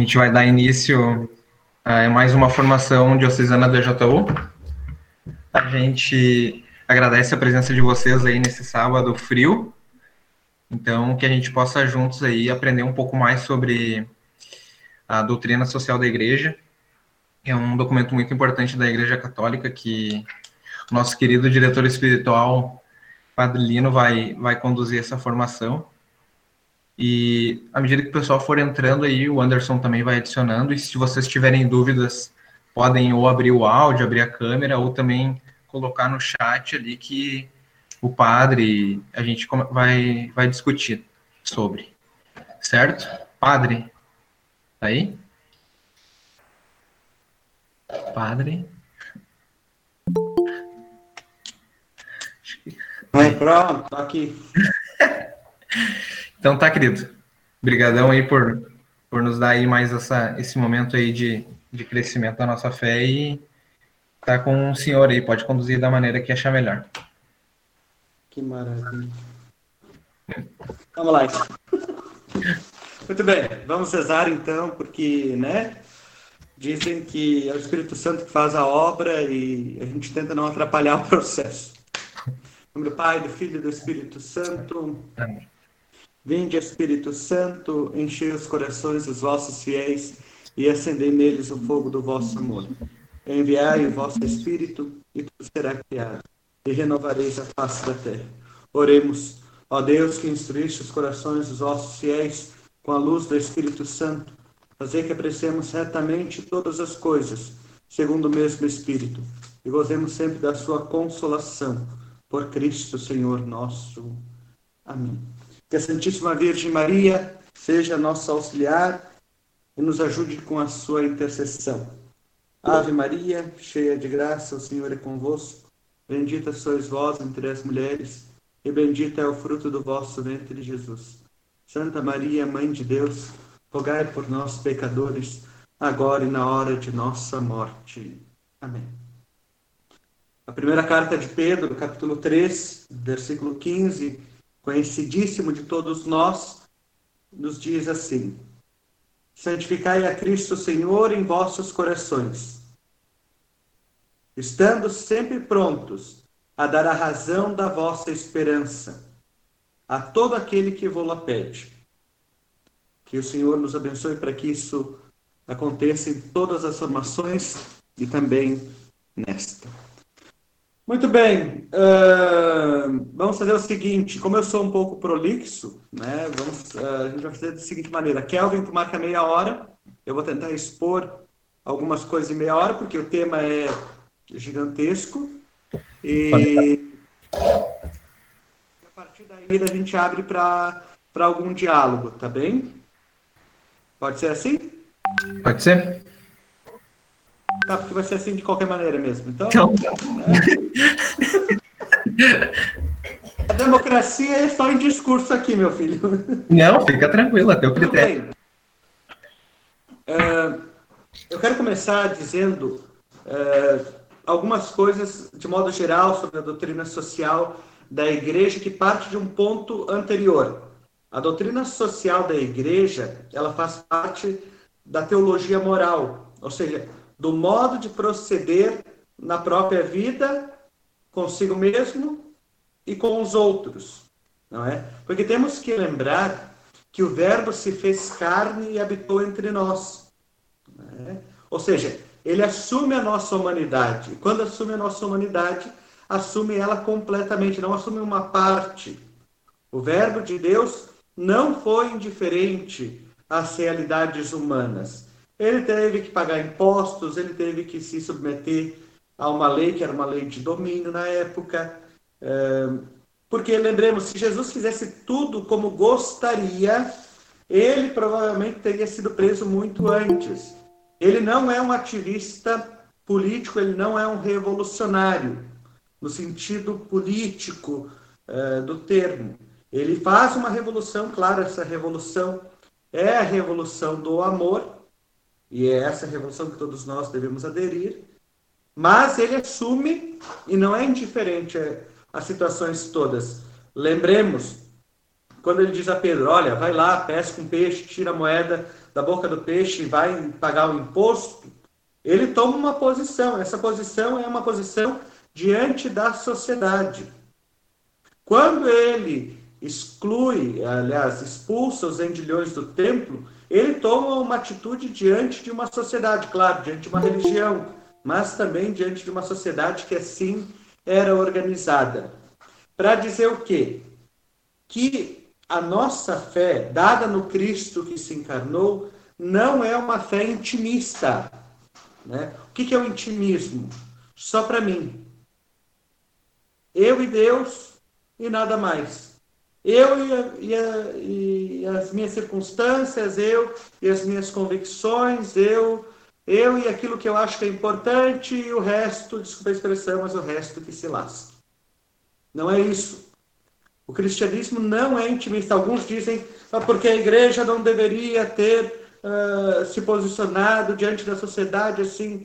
gente vai dar início a mais uma formação diocesana da EJU. A gente agradece a presença de vocês aí nesse sábado frio. Então, que a gente possa juntos aí aprender um pouco mais sobre a doutrina social da Igreja. É um documento muito importante da Igreja Católica que o nosso querido diretor espiritual, Padre Lino, vai conduzir essa formação. E à medida que o pessoal for entrando aí, o Anderson também vai adicionando. E se vocês tiverem dúvidas, podem ou abrir o áudio, abrir a câmera, ou também colocar no chat ali que o padre, a gente vai discutir sobre. Certo? Padre, tá aí? Padre? Pronto, tô aqui. Então tá, querido. Obrigadão aí por nos dar aí mais esse momento aí de crescimento da nossa fé e tá com o senhor aí, pode conduzir da maneira que achar melhor. Que maravilha. Vamos lá. Muito bem, vamos rezar então, porque, dizem que é o Espírito Santo que faz a obra e a gente tenta não atrapalhar o processo. Em nome do Pai, do Filho e do Espírito Santo. Amém. Vinde, Espírito Santo, enchei os corações dos vossos fiéis e acendei neles o fogo do vosso amor. Enviai o vosso Espírito e tudo será criado, e renovareis a face da terra. Oremos, ó Deus, que instruíste os corações dos vossos fiéis com a luz do Espírito Santo, fazer que apreciemos retamente todas as coisas, segundo o mesmo Espírito, e gozemos sempre da sua consolação. Por Cristo, Senhor nosso. Amém. Que a Santíssima Virgem Maria seja nossa auxiliar e nos ajude com a sua intercessão. Ave Maria, cheia de graça, o Senhor é convosco. Bendita sois vós entre as mulheres, e bendito é o fruto do vosso ventre, Jesus. Santa Maria, Mãe de Deus, rogai por nós, pecadores, agora e na hora de nossa morte. Amém. A primeira carta de Pedro, capítulo 3, versículo 15, conhecidíssimo de todos nós, nos diz assim: santificai a Cristo Senhor em vossos corações, estando sempre prontos a dar a razão da vossa esperança a todo aquele que vô-la pede. Que o Senhor nos abençoe para que isso aconteça em todas as formações e também nesta. Muito bem, vamos fazer o seguinte, como eu sou um pouco prolixo, a gente vai fazer da seguinte maneira: Kelvin, tu marca meia hora, eu vou tentar expor algumas coisas em meia hora, porque o tema é gigantesco, e a partir daí a gente abre para algum diálogo, tá bem? Pode ser assim? Pode ser? Tá, porque vai ser assim de qualquer maneira mesmo. Então. A democracia é só em discurso aqui, meu filho. Não, fica tranquilo, até o critério. Eu quero começar dizendo algumas coisas, de modo geral, sobre a doutrina social da Igreja, que parte de um ponto anterior. A doutrina social da Igreja, ela faz parte da teologia moral, ou seja, do modo de proceder na própria vida, consigo mesmo e com os outros, não é? Porque temos que lembrar que o Verbo se fez carne e habitou entre nós, não é? Ou seja, ele assume a nossa humanidade. E quando assume a nossa humanidade, assume ela completamente, não assume uma parte. O Verbo de Deus não foi indiferente às realidades humanas. Ele teve que pagar impostos, ele teve que se submeter a uma lei que era uma lei de domínio na época. Porque, lembremos, se Jesus fizesse tudo como gostaria, ele provavelmente teria sido preso muito antes. Ele não é um ativista político, ele não é um revolucionário, no sentido político do termo. Ele faz uma revolução, claro, essa revolução é a revolução do amor, e é essa revolução que todos nós devemos aderir, mas ele assume e não é indiferente às situações todas. Lembremos, quando ele diz a Pedro, olha, vai lá, pesca um peixe, tira a moeda da boca do peixe e vai pagar o imposto, ele toma uma posição. Essa posição é uma posição diante da sociedade. Quando ele exclui, aliás, expulsa os vendilhões do templo, ele toma uma atitude diante de uma sociedade, claro, diante de uma religião, mas também diante de uma sociedade que assim era organizada. Para dizer o quê? Que a nossa fé, dada no Cristo que se encarnou, não é uma fé intimista. Né? O que é o intimismo? Só para mim. Eu e Deus e nada mais. Eu e as minhas circunstâncias, eu e as minhas convicções, eu e aquilo que eu acho que é importante e o resto, desculpa a expressão, mas o resto que se lasque. Não é isso. O cristianismo não é intimista. Alguns dizem porque a igreja não deveria ter se posicionado diante da sociedade assim.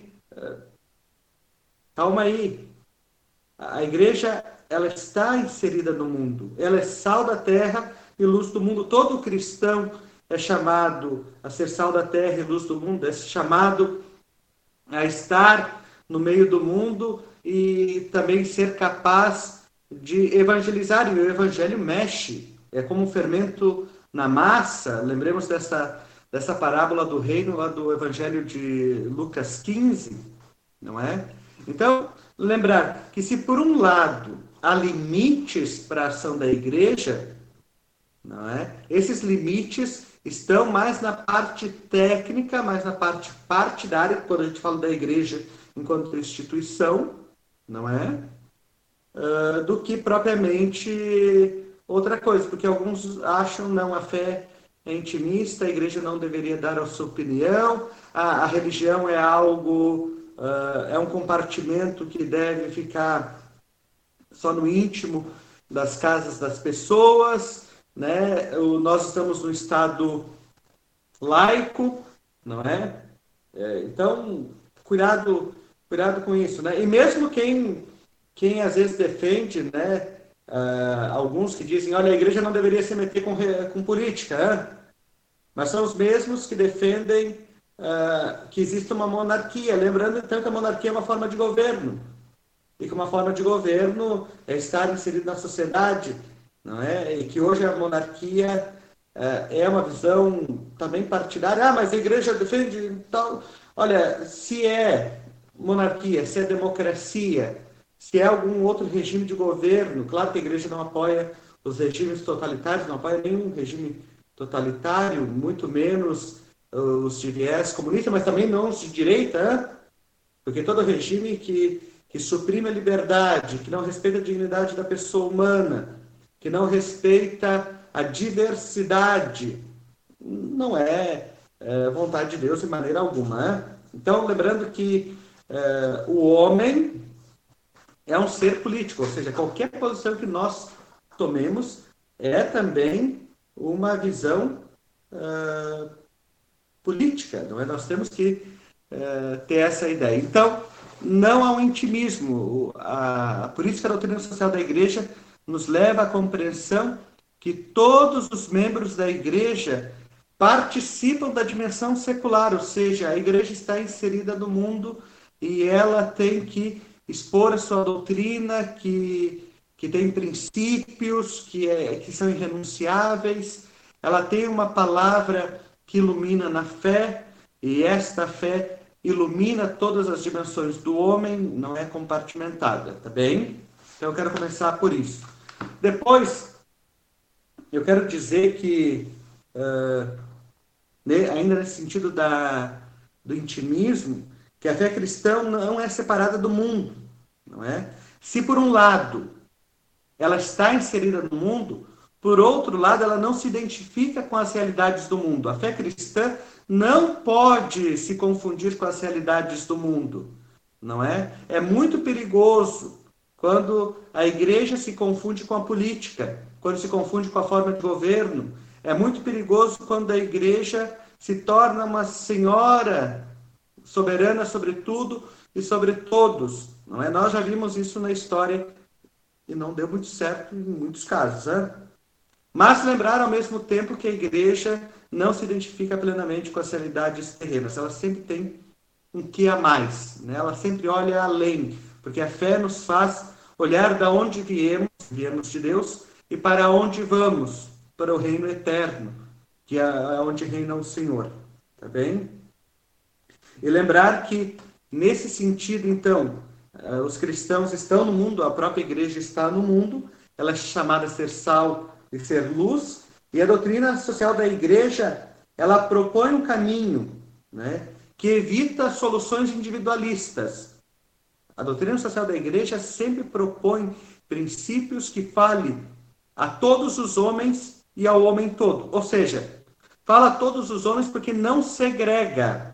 Calma aí. A igreja, ela está inserida no mundo. Ela é sal da terra e luz do mundo. Todo cristão é chamado a ser sal da terra e luz do mundo. É chamado a estar no meio do mundo e também ser capaz de evangelizar. E o evangelho mexe. É como um fermento na massa. Lembremos dessa parábola do reino lá do evangelho de Lucas 15, não é? Então, lembrar que se por um lado há limites para a ação da igreja, não é? Esses limites estão mais na parte técnica, mais na parte partidária, quando a gente fala da igreja enquanto instituição, não é? Do que propriamente outra coisa, porque alguns acham, não, a fé é intimista, a igreja não deveria dar a sua opinião, a religião é algo... é um compartimento que deve ficar só no íntimo das casas das pessoas, né? Nós estamos no Estado laico, não é? Então, cuidado com isso, né? E mesmo quem às vezes defende, né? Alguns que dizem, olha, a igreja não deveria se meter com política, né? Mas são os mesmos que defendem que existe uma monarquia. Lembrando, então, que a monarquia é uma forma de governo. E que uma forma de governo é estar inserido na sociedade, não é? E que hoje a monarquia é uma visão também partidária. Mas a igreja defende tal. Olha, se é monarquia, se é democracia, se é algum outro regime de governo, claro que a igreja não apoia os regimes totalitários, não apoia nenhum regime totalitário, muito menos os de viés comunista, mas também não os de direita, porque todo regime que suprime a liberdade, que não respeita a dignidade da pessoa humana, que não respeita a diversidade, não é vontade de Deus de maneira alguma. Então, lembrando que o homem é um ser político, ou seja, qualquer posição que nós tomemos é também uma visão política, não é? Nós temos que ter essa ideia. Então, não há um intimismo. A política da doutrina social da igreja nos leva à compreensão que todos os membros da igreja participam da dimensão secular, ou seja, a igreja está inserida no mundo e ela tem que expor a sua doutrina, que tem princípios, que são irrenunciáveis. Ela tem uma palavra que ilumina na fé, e esta fé ilumina todas as dimensões do homem, não é compartimentada, tá bem? Então eu quero começar por isso. Depois, eu quero dizer que, ainda nesse sentido do intimismo, que a fé cristã não é separada do mundo, não é? Se por um lado ela está inserida no mundo, por outro lado, ela não se identifica com as realidades do mundo. A fé cristã não pode se confundir com as realidades do mundo, não é? É muito perigoso quando a igreja se confunde com a política, quando se confunde com a forma de governo. É muito perigoso quando a igreja se torna uma senhora soberana sobre tudo e sobre todos, não é? Nós já vimos isso na história e não deu muito certo em muitos casos, né? Mas lembrar ao mesmo tempo que a igreja não se identifica plenamente com as realidades terrenas. Ela sempre tem um que a mais, né? Ela sempre olha além, porque a fé nos faz olhar da onde viemos de Deus, e para onde vamos, para o reino eterno, que é onde reina o Senhor. Tá bem? E lembrar que, nesse sentido, então, os cristãos estão no mundo, a própria igreja está no mundo, ela é chamada a ser sal e ser luz, e a doutrina social da igreja, ela propõe um caminho, né, que evita soluções individualistas. A doutrina social da igreja sempre propõe princípios que falem a todos os homens e ao homem todo. Ou seja, fala a todos os homens porque não segrega.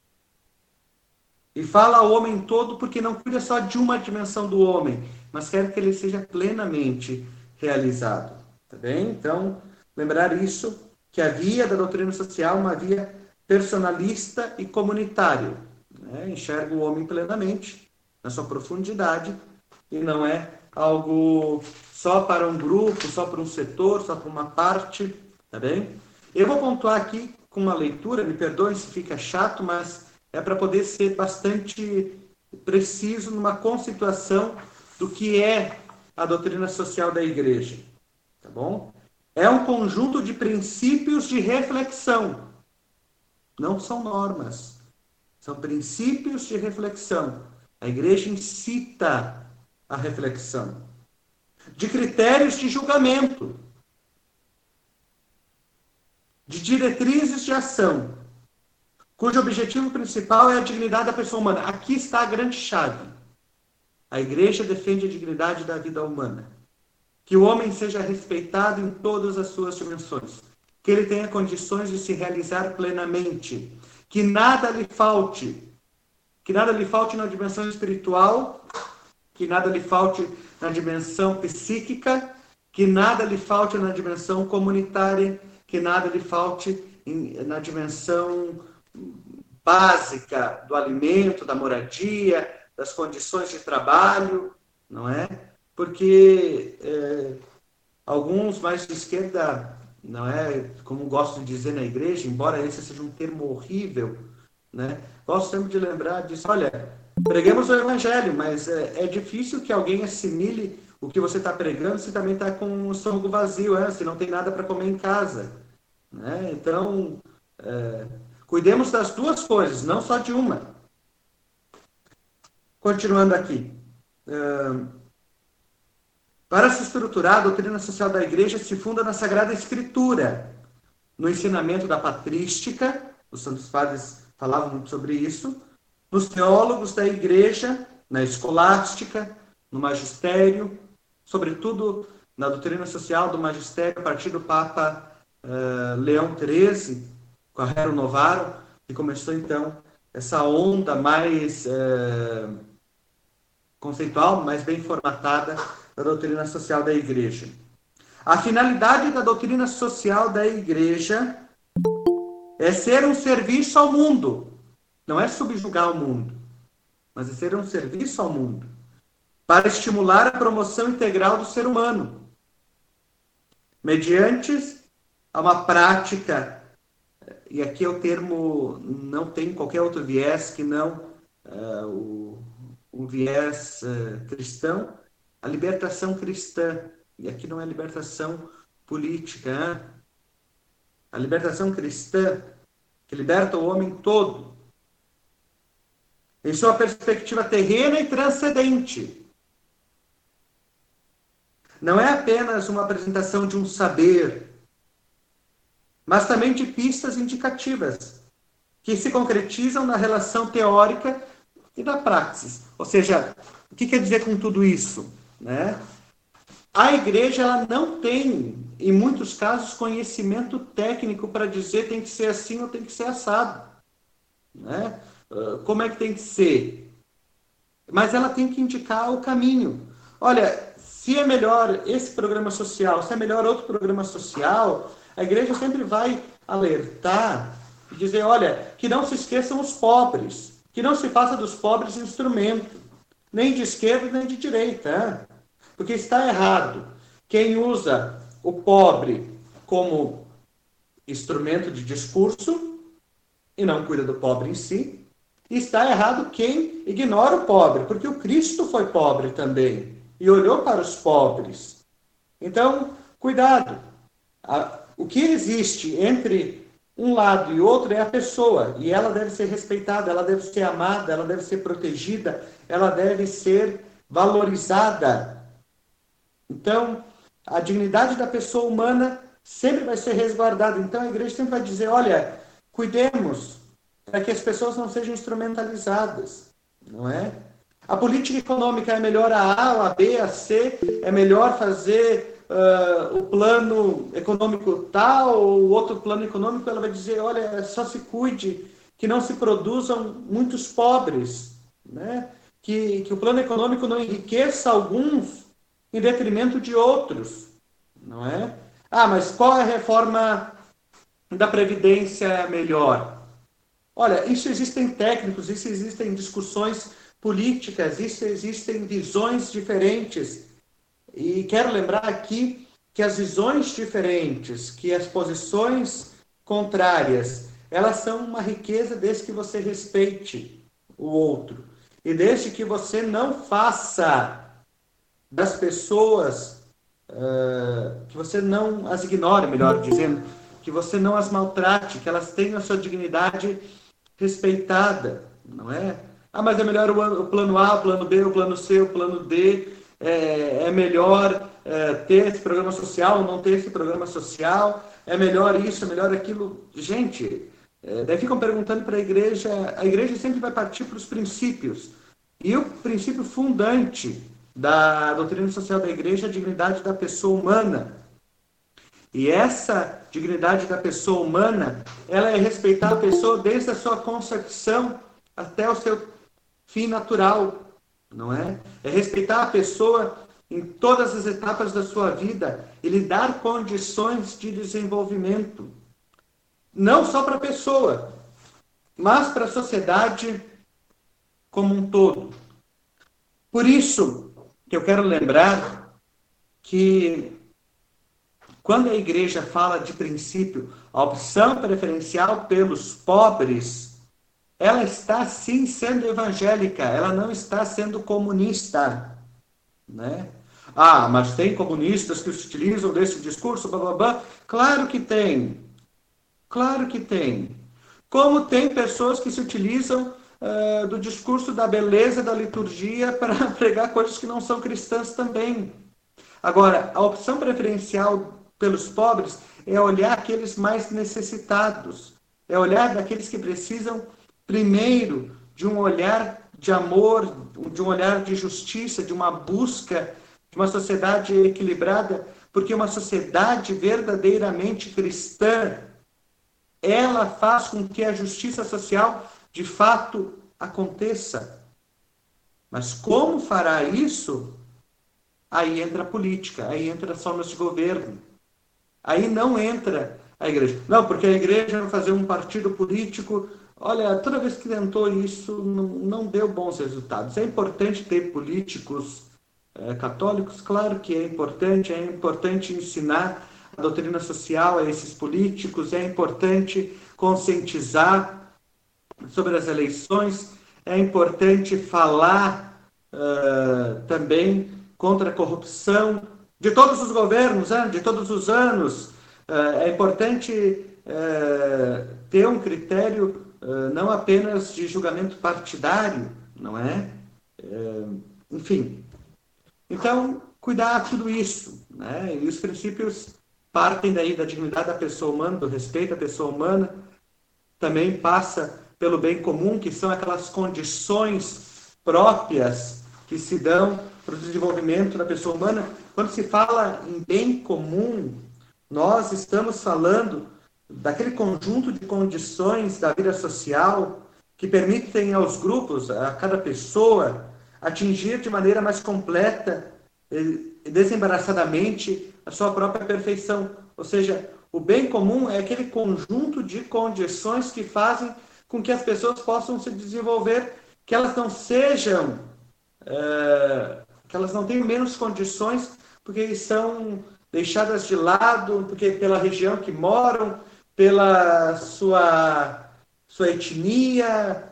E fala ao homem todo porque não cuida só de uma dimensão do homem, mas quer que ele seja plenamente realizado. Tá bem? Então, lembrar isso, que a via da doutrina social é uma via personalista e comunitária. Né? Enxerga o homem plenamente, na sua profundidade, e não é algo só para um grupo, só para um setor, só para uma parte. Tá bem? Eu vou pontuar aqui com uma leitura, me perdoem se fica chato, mas é para poder ser bastante preciso numa conceituação do que é a doutrina social da igreja. Tá bom? É um conjunto de princípios de reflexão. Não são normas. São princípios de reflexão. A igreja incita a reflexão. De critérios de julgamento. De diretrizes de ação, cujo objetivo principal é a dignidade da pessoa humana. Aqui está a grande chave. A igreja defende a dignidade da vida humana. Que o homem seja respeitado em todas as suas dimensões. Que ele tenha condições de se realizar plenamente. Que nada lhe falte. Que nada lhe falte na dimensão espiritual. Que nada lhe falte na dimensão psíquica. Que nada lhe falte na dimensão comunitária. Que nada lhe falte na dimensão básica do alimento, da moradia, das condições de trabalho, não é? Porque alguns mais de esquerda, não é, como gosto de dizer na igreja, embora esse seja um termo horrível, né? Gosto sempre de lembrar disso. Olha, preguemos o evangelho, mas é difícil que alguém assimile o que você está pregando se também está com o estômago vazio, se não tem nada para comer em casa, né? Então, cuidemos das duas coisas, não só de uma. Continuando aqui. Para se estruturar, a doutrina social da igreja se funda na Sagrada Escritura, no ensinamento da patrística, os santos padres falavam muito sobre isso, nos teólogos da igreja, na escolástica, no magistério, sobretudo na doutrina social do magistério, a partir do Papa Leão XIII, com a Rerum Novarum, que começou então essa onda mais conceitual, mais bem formatada da doutrina social da igreja. A finalidade da doutrina social da igreja é ser um serviço ao mundo. Não é subjugar o mundo, mas é ser um serviço ao mundo, para estimular a promoção integral do ser humano, mediante a uma prática, e aqui o termo não tem qualquer outro viés que não o viés cristão, a libertação cristã, e aqui não é libertação política, a libertação cristã, que liberta o homem todo, em sua perspectiva terrena e transcendente. Não é apenas uma apresentação de um saber, mas também de pistas indicativas, que se concretizam na relação teórica e da praxis. Ou seja, o que quer dizer com tudo isso? Né? A igreja ela não tem, em muitos casos, conhecimento técnico para dizer tem que ser assim ou tem que ser assado. Né? Como é que tem que ser? Mas ela tem que indicar o caminho. Olha, se é melhor esse programa social, se é melhor outro programa social, a igreja sempre vai alertar e dizer, olha, que não se esqueçam os pobres, que não se faça dos pobres instrumento, nem de esquerda nem de direita, porque está errado. Quem usa o pobre como instrumento de discurso e não cuida do pobre em si. E está errado quem ignora o pobre, porque o Cristo foi pobre também e olhou para os pobres. Então, cuidado. O que existe entre um lado e outro é a pessoa, e ela deve ser respeitada, ela deve ser amada, ela deve ser protegida, ela deve ser valorizada. Então, a dignidade da pessoa humana sempre vai ser resguardada. Então, a igreja sempre vai dizer, olha, cuidemos para que as pessoas não sejam instrumentalizadas, não é? A política econômica é melhor a A, a B, a C, é melhor fazer o plano econômico tal, ou o outro plano econômico, ela vai dizer, olha, só se cuide que não se produzam muitos pobres, né? Que o plano econômico não enriqueça alguns em detrimento de outros, não é? Ah, mas qual é a reforma da Previdência melhor? Olha, isso existem técnicos, isso existem discussões políticas, isso existem visões diferentes. E quero lembrar aqui que as visões diferentes, que as posições contrárias, elas são uma riqueza desde que você respeite o outro. E desde que você não faça das pessoas, que você não as ignore, melhor dizendo, que você não as maltrate, que elas tenham a sua dignidade respeitada, não é? Ah, mas é melhor o plano A, o plano B, o plano C, o plano D, é melhor ter esse programa social ou não ter esse programa social, é melhor isso, é melhor aquilo. Gente, daí ficam perguntando para a igreja sempre vai partir para os princípios. E o princípio fundante da doutrina social da igreja é a dignidade da pessoa humana. E essa dignidade da pessoa humana, ela é respeitar a pessoa desde a sua concepção até o seu fim natural, não é? É respeitar a pessoa em todas as etapas da sua vida e lhe dar condições de desenvolvimento. Não só para a pessoa, mas para a sociedade como um todo. Por isso que eu quero lembrar que quando a igreja fala de princípio, a opção preferencial pelos pobres, ela está sim sendo evangélica, ela não está sendo comunista, né? Ah, mas tem comunistas que se utilizam desse discurso, blá, blá, blá. Claro que tem. Claro que tem. Como tem pessoas que se utilizam do discurso da beleza da liturgia para pregar coisas que não são cristãs também. Agora, a opção preferencial pelos pobres é olhar aqueles mais necessitados, é olhar daqueles que precisam, primeiro, de um olhar de amor, de um olhar de justiça, de uma busca de uma sociedade equilibrada, porque uma sociedade verdadeiramente cristã, ela faz com que a justiça social, de fato, aconteça. Mas como fará isso? Aí entra a política, aí entra as formas de governo. Aí não entra a igreja. Não, porque a igreja vai fazer um partido político. Olha, toda vez que tentou isso, não deu bons resultados. É importante ter políticos católicos? Claro que é importante ensinar a doutrina social a esses políticos, é importante conscientizar sobre as eleições, é importante falar também contra a corrupção de todos os governos, de todos os anos. É importante ter um critério não apenas de julgamento partidário, não é? Enfim. Então, cuidar de tudo isso, né? E os princípios partem daí da dignidade da pessoa humana, do respeito à pessoa humana, também passa pelo bem comum, que são aquelas condições próprias que se dão para o desenvolvimento da pessoa humana. Quando se fala em bem comum, nós estamos falando daquele conjunto de condições da vida social que permitem aos grupos, a cada pessoa, atingir de maneira mais completa e desembaraçadamente a sua própria perfeição. Ou seja, o bem comum é aquele conjunto de condições que fazem com que as pessoas possam se desenvolver, que elas não sejam, que elas não tenham menos condições porque são deixadas de lado, porque pela região que moram, pela sua etnia,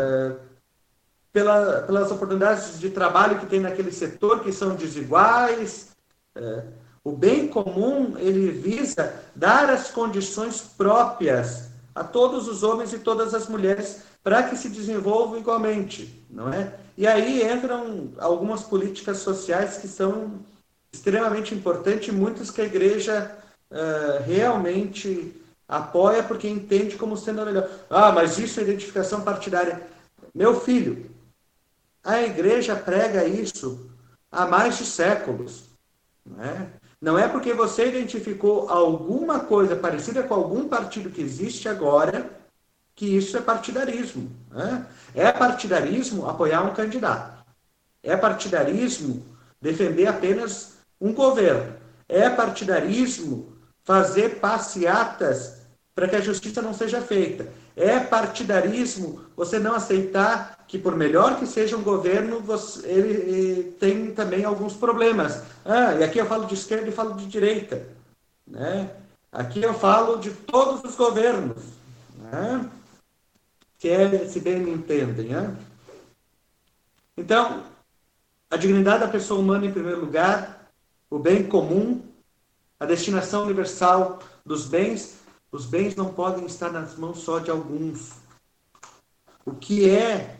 pelas oportunidades de trabalho que tem naquele setor, que são desiguais. O bem comum, ele visa dar as condições próprias a todos os homens e todas as mulheres para que se desenvolvam igualmente, não é? E aí entram algumas políticas sociais que são extremamente importantes, muitas que a igreja realmente apoia porque entende como sendo a melhor. Ah, mas isso é identificação partidária. Meu filho, a igreja prega isso há mais de séculos. Não é porque você identificou alguma coisa parecida com algum partido que existe agora que isso é partidarismo. É partidarismo apoiar um candidato. É partidarismo defender apenas um governo. É partidarismo fazer passeatas para que a justiça não seja feita. É partidarismo você não aceitar que, por melhor que seja um governo, ele tem também alguns problemas. E aqui eu falo de esquerda e falo de direita. Né? Aqui eu falo de todos os governos. Né? Se bem me entendem. Né? Então, a dignidade da pessoa humana em primeiro lugar, o bem comum, a destinação universal dos bens. Os bens não podem estar nas mãos só de alguns. O que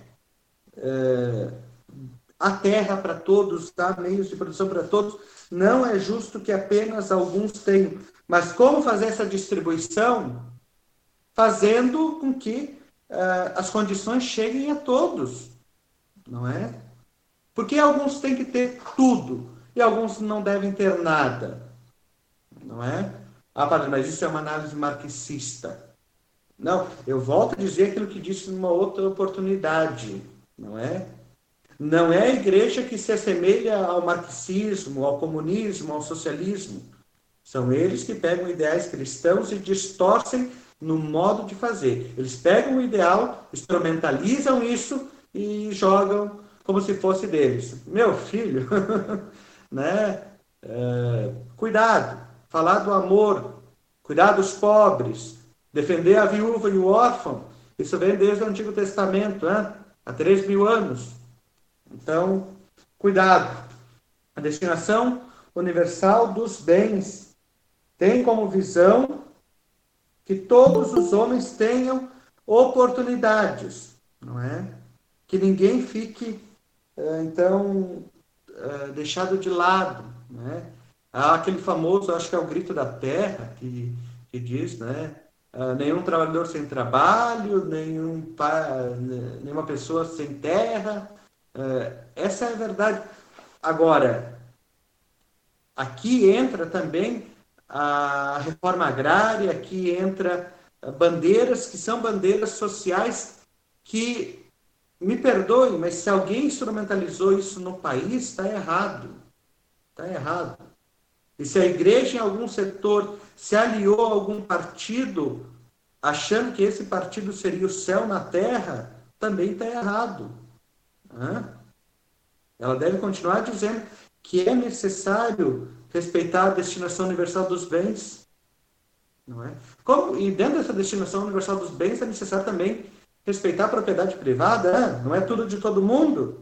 a terra para todos, meios de produção para todos, não é justo que apenas alguns tenham. Mas como fazer essa distribuição? Fazendo com que as condições cheguem a todos, não é? Porque alguns têm que ter tudo e alguns não devem ter nada, não é? Padre, mas isso é uma análise marxista. Não, eu volto a dizer aquilo que disse numa outra oportunidade, não é? Não é a igreja que se assemelha ao marxismo, ao comunismo, ao socialismo. São eles que pegam ideais cristãos e distorcem no modo de fazer. Eles pegam o ideal, instrumentalizam isso e jogam como se fosse deles. Meu filho, né? Cuidado, falar do amor, cuidar dos pobres, defender a viúva e o órfão, isso vem desde o Antigo Testamento, há 3.000 anos. Então, cuidado. A destinação universal dos bens tem como visão que todos os homens tenham oportunidades, não é? Que ninguém fique, então, deixado de lado, né? Há aquele famoso, acho que é o Grito da Terra, que diz, né? Nenhum trabalhador sem trabalho, nenhuma pessoa sem terra. Essa é a verdade. Agora, aqui entra também a reforma agrária, aqui entra bandeiras que são bandeiras sociais que, me perdoe, mas se alguém instrumentalizou isso no país, está errado. Está errado. E se a igreja em algum setor se aliou a algum partido, achando que esse partido seria o céu na terra, também está errado. Ela deve continuar dizendo que é necessário respeitar a destinação universal dos bens. Não é? E dentro dessa destinação universal dos bens é necessário também respeitar a propriedade privada. Não é tudo de todo mundo.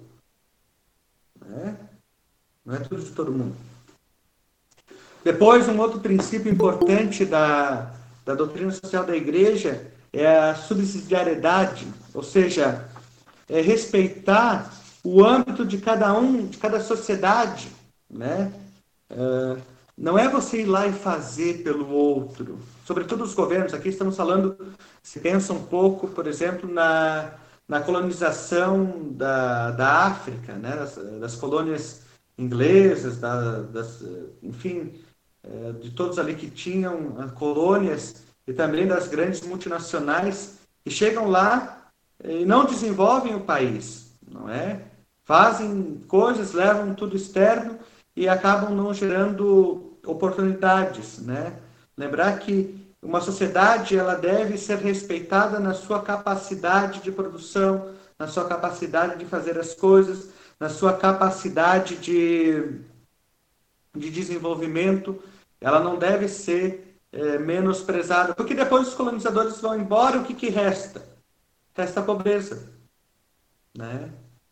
Não é tudo de todo mundo. Depois, um outro princípio importante da doutrina social da igreja é a subsidiariedade, ou seja, é respeitar o âmbito de cada de cada sociedade, né? Não é você ir lá e fazer pelo outro. Sobretudo os governos, aqui estamos falando, se pensa um pouco, por exemplo, na colonização da África, né? das colônias inglesas, enfim, de todos ali que tinham colônias, e também das grandes multinacionais, que chegam lá e não desenvolvem o país, não é? Fazem coisas, levam tudo externo e acabam não gerando oportunidades, né? Lembrar que uma sociedade ela deve ser respeitada na sua capacidade de produção, na sua capacidade de fazer as coisas, na sua capacidade de desenvolvimento. Ela não deve ser menosprezada, porque depois os colonizadores vão embora, o que resta? Resta a pobreza, né?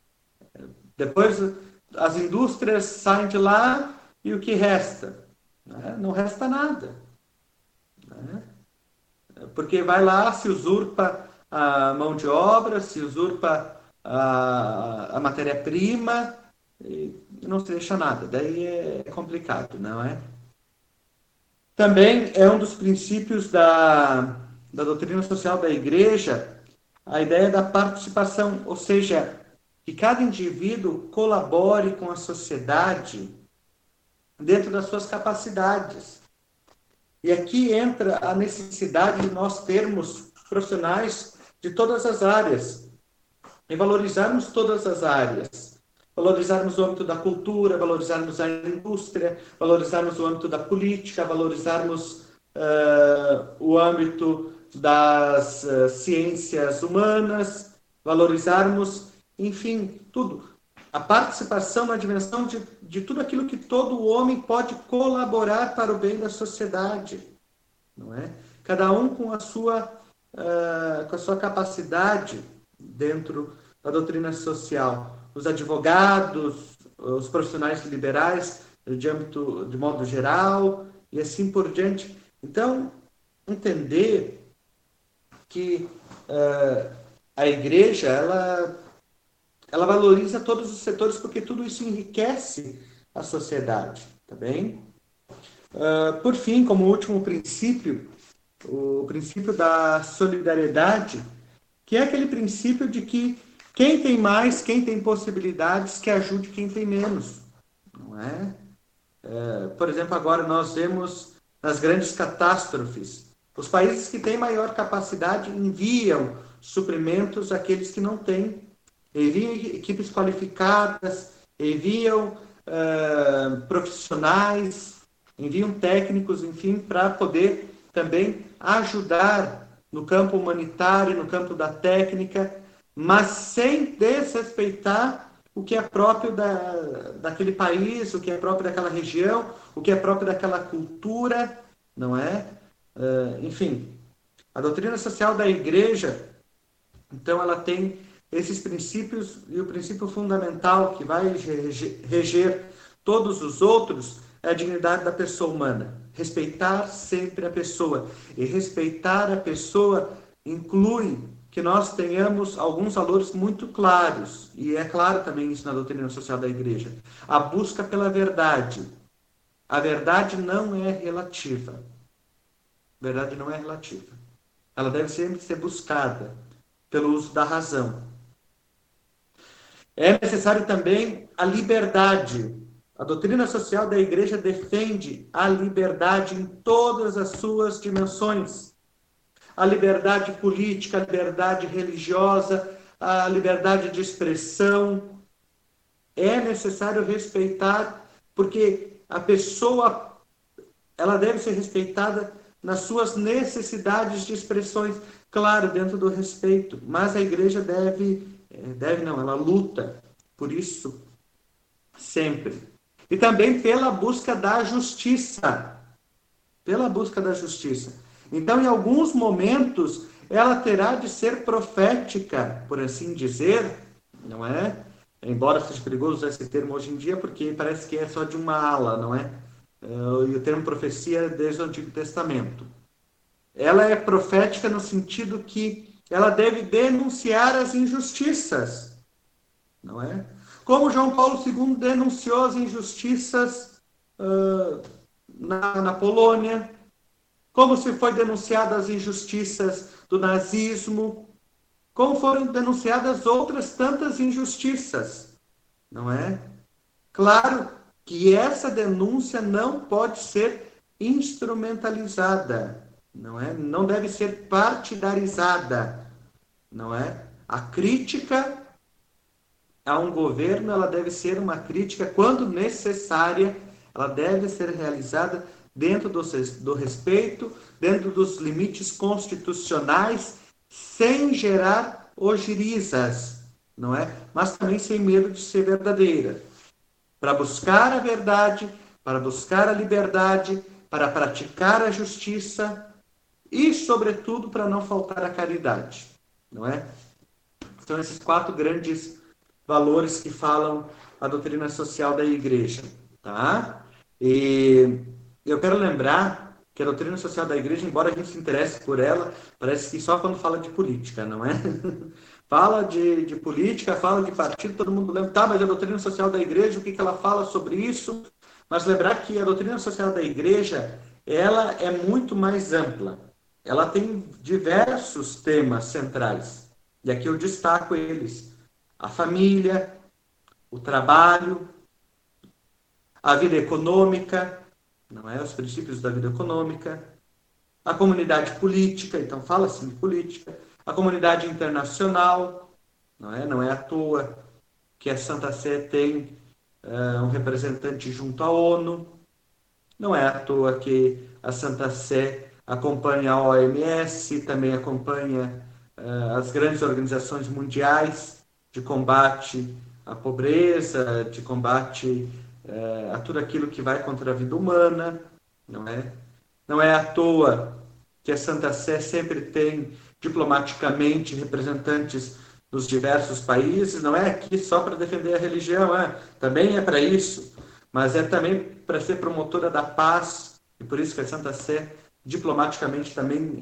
Depois as indústrias saem de lá e o que resta? Né? Não resta nada, né? Porque vai lá, se usurpa a mão de obra, se usurpa a matéria-prima e não se deixa nada. Daí é complicado, não é? Também é um dos princípios da doutrina social da Igreja a ideia da participação, ou seja, que cada indivíduo colabore com a sociedade dentro das suas capacidades. E aqui entra a necessidade de nós termos profissionais de todas as áreas e valorizarmos todas as áreas. Valorizarmos o âmbito da cultura, valorizarmos a indústria, valorizarmos o âmbito da política, valorizarmos o âmbito das ciências humanas, valorizarmos, enfim, tudo. A participação na dimensão de tudo aquilo que todo homem pode colaborar para o bem da sociedade, não é? Cada um com a sua capacidade dentro da doutrina social. Os advogados, os profissionais liberais, de modo geral, e assim por diante. Então, entender que a igreja, ela valoriza todos os setores, porque tudo isso enriquece a sociedade, tá bem? Por fim, como último princípio, o princípio da solidariedade, que é aquele princípio de que quem tem mais, quem tem possibilidades, que ajude quem tem menos, não é? Por exemplo, agora nós vemos nas grandes catástrofes, os países que têm maior capacidade enviam suprimentos àqueles que não têm, enviam equipes qualificadas, enviam profissionais, enviam técnicos, enfim, para poder também ajudar no campo humanitário, no campo da técnica, mas sem desrespeitar o que é próprio daquele país, o que é próprio daquela região, o que é próprio daquela cultura, não é? Enfim, a doutrina social da Igreja, então, ela tem esses princípios, e o princípio fundamental que vai reger todos os outros é a dignidade da pessoa humana. Respeitar sempre a pessoa. E respeitar a pessoa inclui que nós tenhamos alguns valores muito claros, e é claro também isso na doutrina social da Igreja. A busca pela verdade. A verdade não é relativa. A verdade não é relativa. Ela deve sempre ser buscada pelo uso da razão. É necessário também a liberdade. A doutrina social da Igreja defende a liberdade em todas as suas dimensões. A liberdade política, a liberdade religiosa, a liberdade de expressão. É necessário respeitar, porque a pessoa, ela deve ser respeitada nas suas necessidades de expressões, claro, dentro do respeito, mas a igreja ela luta por isso sempre. E também pela busca da justiça. Pela busca da justiça. Então, em alguns momentos, ela terá de ser profética, por assim dizer, não é? Embora seja perigoso usar esse termo hoje em dia, porque parece que é só de uma ala, não é? E o termo profecia é desde o Antigo Testamento. Ela é profética no sentido que ela deve denunciar as injustiças, não é? Como João Paulo II denunciou as injustiças na Polônia, como se foi denunciadas as injustiças do nazismo, como foram denunciadas outras tantas injustiças, não é? Claro que essa denúncia não pode ser instrumentalizada, não é? Não deve ser partidarizada, não é? A crítica a um governo, ela deve ser uma crítica, quando necessária, ela deve ser realizada dentro do respeito, dentro dos limites constitucionais, sem gerar ogirizas, não é? Mas também sem medo de ser verdadeira. Para buscar a verdade, para buscar a liberdade, para praticar a justiça e, sobretudo, para não faltar à caridade, não é? São esses 4 grandes valores que falam a doutrina social da Igreja, tá? E eu quero lembrar que a doutrina social da Igreja, embora a gente se interesse por ela, parece que só quando fala de política, não é? Fala de política, fala de partido, todo mundo lembra, tá, mas a doutrina social da Igreja, o que ela fala sobre isso? Mas lembrar que a doutrina social da Igreja, ela é muito mais ampla. Ela tem diversos temas centrais. E aqui eu destaco eles: a família, o trabalho, a vida econômica, não é? Os princípios da vida econômica, a comunidade política, então fala-se de política, a comunidade internacional, não é? Não é à toa que a Santa Sé tem um representante junto à ONU, não é à toa que a Santa Sé acompanha a OMS, também acompanha as grandes organizações mundiais de combate à pobreza, de combate a tudo aquilo que vai contra a vida humana, não é? Não é à toa que a Santa Sé sempre tem diplomaticamente representantes dos diversos países, não é aqui só para defender a religião, também é para isso, mas é também para ser promotora da paz, e por isso que a Santa Sé diplomaticamente também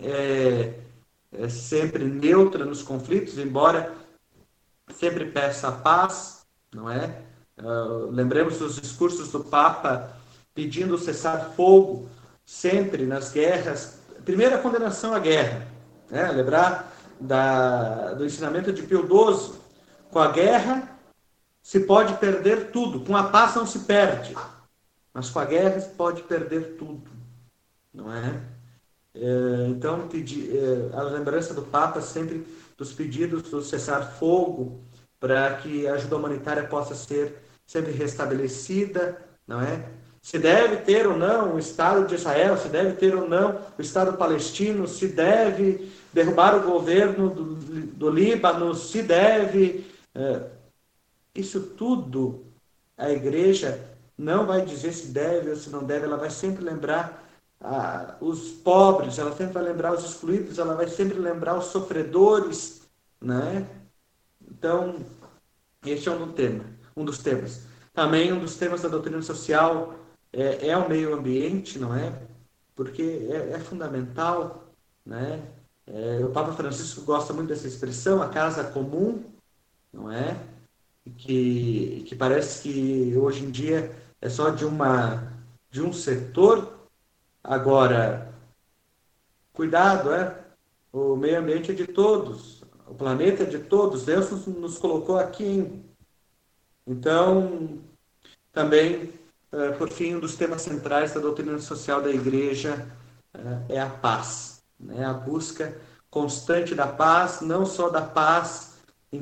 é sempre neutra nos conflitos, embora sempre peça a paz, não é? Lembremos dos discursos do Papa pedindo cessar fogo sempre nas guerras. Primeira condenação à guerra, né? Lembrar do ensinamento de Pio XII. Com a guerra se pode perder tudo, com a paz não se perde, mas com a guerra se pode perder tudo, não é? Então, a lembrança do Papa sempre dos pedidos do cessar-fogo para que a ajuda humanitária possa ser sempre restabelecida, não é? Se deve ter ou não o Estado de Israel, se deve ter ou não o Estado palestino, se deve derrubar o governo do Líbano, se deve... Isso tudo a Igreja não vai dizer se deve ou se não deve, ela vai sempre lembrar os pobres, ela sempre vai lembrar os excluídos, ela vai sempre lembrar os sofredores, né? Então, este é um dos temas. Também um dos temas da doutrina social é o meio ambiente, não é? Porque é fundamental, né? O Papa Francisco gosta muito dessa expressão, a casa comum, não é? Que parece que hoje em dia é só de um setor. Agora, cuidado, o meio ambiente é de todos, o planeta é de todos, Deus nos colocou aqui, hein? Então, também, por fim, um dos temas centrais da doutrina social da Igreja é a paz, né? A busca constante da paz, não só da paz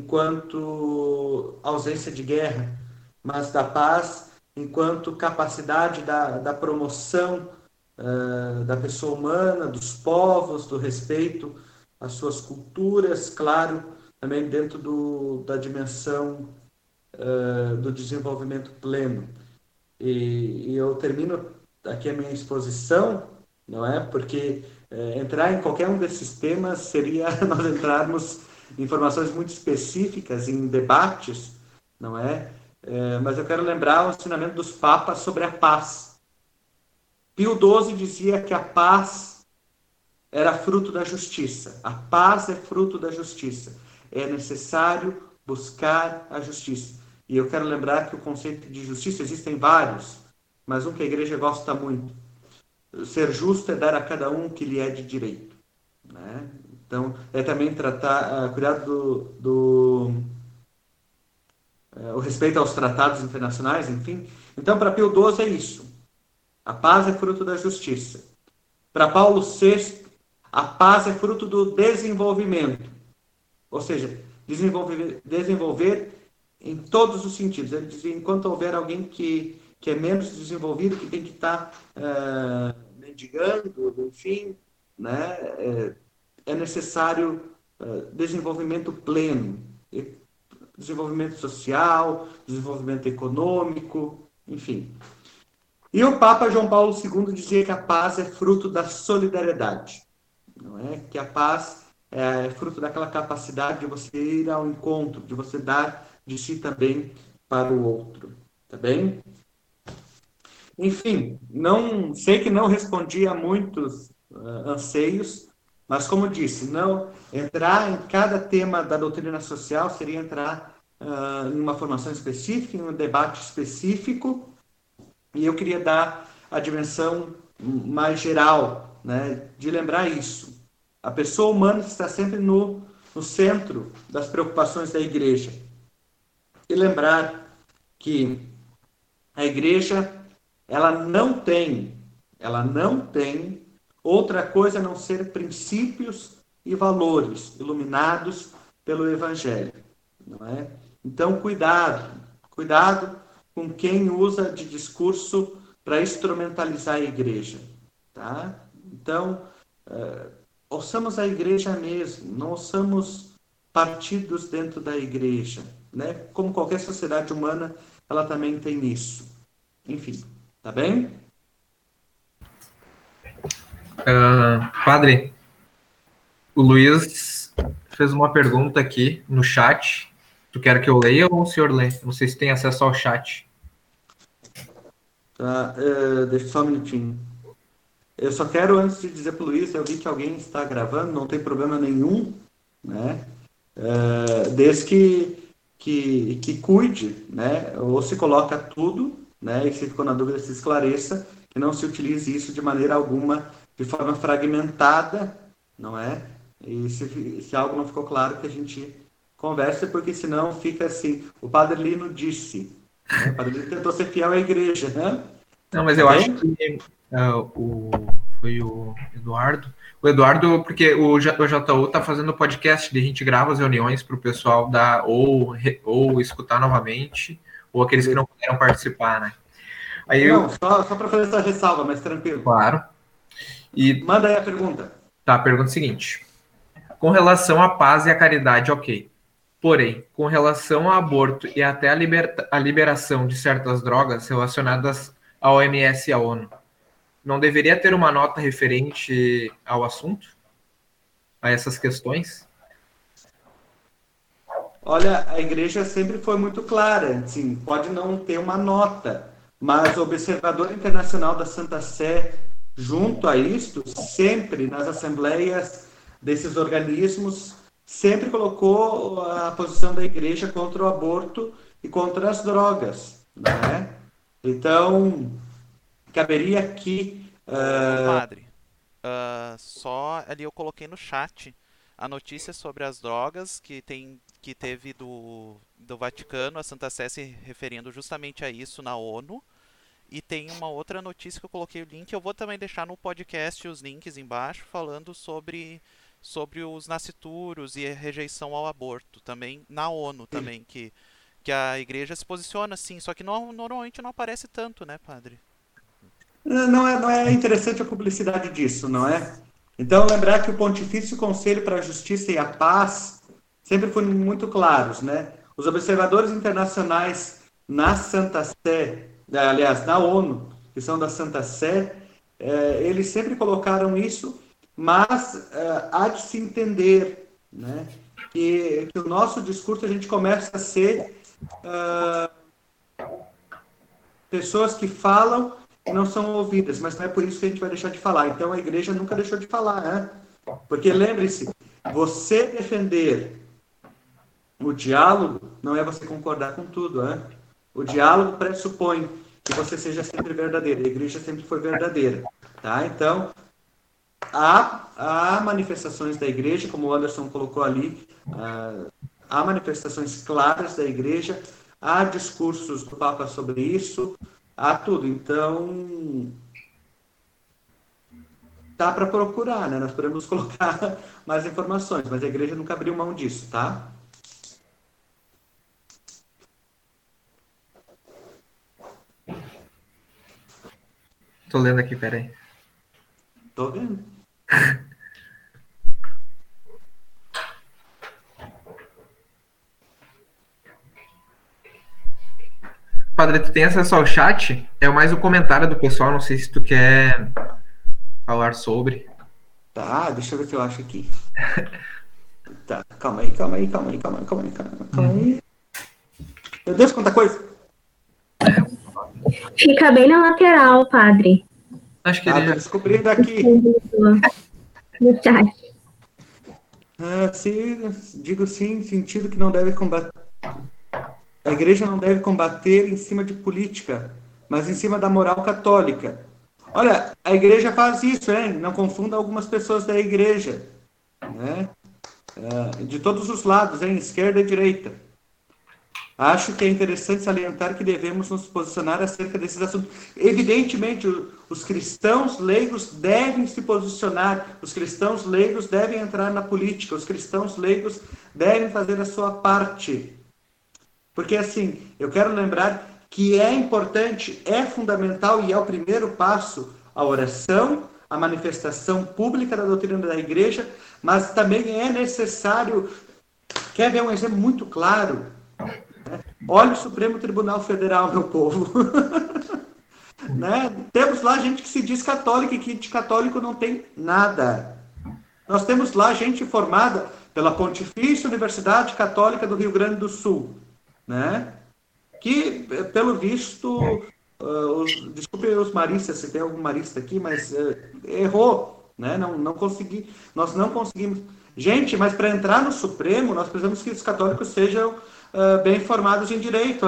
enquanto ausência de guerra, mas da paz enquanto capacidade da promoção da pessoa humana, dos povos, do respeito às suas culturas, claro, também dentro da dimensão do desenvolvimento pleno. E eu termino aqui a minha exposição, não é? Porque entrar em qualquer um desses temas seria nós entrarmos em informações muito específicas, em debates, não é? Mas eu quero lembrar o ensinamento dos papas sobre a paz. Pio XII dizia que a paz era fruto da justiça. A paz é fruto da justiça. É necessário buscar a justiça. E eu quero lembrar que o conceito de justiça existem vários, mas um que a igreja gosta muito. Ser justo é dar a cada um o que lhe é de direito, né? Então, é também cuidar o respeito aos tratados internacionais, enfim. Então, para Pio XII é isso. A paz é fruto da justiça. Para Paulo VI, a paz é fruto do desenvolvimento. Ou seja, desenvolver em todos os sentidos. Ele dizia, enquanto houver alguém que é menos desenvolvido, que tem que estar mendigando, enfim, né? É necessário desenvolvimento pleno. Desenvolvimento social, desenvolvimento econômico, enfim. E o Papa João Paulo II dizia que a paz é fruto da solidariedade, não é? Que a paz é fruto daquela capacidade de você ir ao encontro, de você dar de si também para o outro, tá bem? Enfim, não sei que não respondi a muitos anseios, mas como disse, não entrar em cada tema da doutrina social seria entrar em uma formação específica, em um debate específico, e eu queria dar a dimensão mais geral, né, de lembrar isso. A pessoa humana está sempre no centro das preocupações da igreja. E lembrar que a igreja ela não tem outra coisa a não ser princípios e valores iluminados pelo evangelho, não é? Então, cuidado com quem usa de discurso para instrumentalizar a igreja, tá? Então, ouçamos a igreja mesmo, não ouçamos partidos dentro da igreja, né? Como qualquer sociedade humana, ela também tem isso. Enfim, tá bem? Padre, o Luiz fez uma pergunta aqui no chat. Tu quer que eu leia ou o senhor lê? Não sei se tem acesso ao chat. Tá, deixa só um minutinho. Eu só quero, antes de dizer para o Luiz, eu vi que alguém está gravando, não tem problema nenhum, né? Desde que cuide, né? Ou se coloca tudo, né? E se ficou na dúvida, se esclareça, que não se utilize isso de maneira alguma, de forma fragmentada, não é? E se algo não ficou claro, que a gente converse, porque senão fica assim. O Padre Lino disse, né? O Padre Lino tentou ser fiel à igreja, né? Não, mas Tá eu acho bem? que foi o Eduardo. O Eduardo, porque o JU está fazendo podcast, a gente grava as reuniões para o pessoal dar ou escutar novamente, ou aqueles que não puderam participar, né? Aí Não, eu, só para fazer essa ressalva, mas tranquilo. claro. E Manda aí a pergunta. tá, a pergunta é a seguinte: com relação à paz e à caridade, ok. Porém, com relação ao aborto e até a liberação de certas drogas relacionadas à OMS e à ONU, não deveria ter uma nota referente ao assunto, a essas questões? Olha, a igreja sempre foi muito clara, assim, pode não ter uma nota, mas o Observador Internacional da Santa Sé, junto a isto, sempre nas assembleias desses organismos, sempre colocou a posição da igreja contra o aborto e contra as drogas, não é? Então, caberia aqui. Ô padre, só ali eu coloquei no chat a notícia sobre as drogas que teve do Vaticano, a Santa Sé se referindo justamente a isso na ONU. E tem uma outra notícia que eu coloquei o link, eu vou também deixar no podcast os links embaixo, falando sobre os nascituros e a rejeição ao aborto, também na ONU também, que a igreja se posiciona assim, só que normalmente não aparece tanto, né, padre? Não é interessante a publicidade disso, não é? Então, lembrar que o Pontifício Conselho para a Justiça e a Paz sempre foram muito claros, né? Os observadores internacionais na Santa Sé, aliás, na ONU, que são da Santa Sé, eles sempre colocaram isso, mas há de se entender, né? Que o nosso discurso a gente começa a ser pessoas que falam e não são ouvidas, mas não é por isso que a gente vai deixar de falar. Então a igreja nunca deixou de falar, né? Porque lembre-se, você defender o diálogo não é você concordar com tudo, né? O diálogo pressupõe que você seja sempre verdadeiro. A igreja sempre foi verdadeira, tá? Então há manifestações da igreja, como o Anderson colocou ali, há manifestações claras da igreja, há discursos do Papa sobre isso, há tudo. Então, dá para procurar, né? Nós podemos colocar mais informações, mas a igreja nunca abriu mão disso, tá? Tô lendo aqui, peraí. Tô vendo. Padre, tu tem acesso ao chat? É mais o comentário do pessoal, não sei se tu quer falar sobre. Tá, deixa eu ver o que eu acho aqui. Tá, calma aí. Meu Deus, quanta coisa! Fica bem na lateral, padre. Acho que Tô ele já... descobrindo aqui. No chat. Sim, digo sim, sentido que não deve combater. A igreja não deve combater em cima de política, mas em cima da moral católica. Olha, a igreja faz isso, hein? Não confunda algumas pessoas da igreja, né? De todos os lados, hein? Esquerda e direita. Acho que é interessante salientar que devemos nos posicionar acerca desses assuntos. Evidentemente, os cristãos leigos devem se posicionar, os cristãos leigos devem entrar na política, os cristãos leigos devem fazer a sua parte. Porque, assim, eu quero lembrar que é importante, é fundamental e é o primeiro passo a oração, a manifestação pública da doutrina da igreja, mas também é necessário. Quer ver um exemplo muito claro? Olha o Supremo Tribunal Federal, meu povo. Né? Temos lá gente que se diz católica e que de católico não tem nada. Nós temos lá gente formada pela Pontifícia Universidade Católica do Rio Grande do Sul, né? Que, pelo visto, desculpe os maristas, se tem algum marista aqui, mas errou, né? Não consegui, nós não conseguimos. Gente, mas para entrar no Supremo, nós precisamos que os católicos sejam bem formados em direito,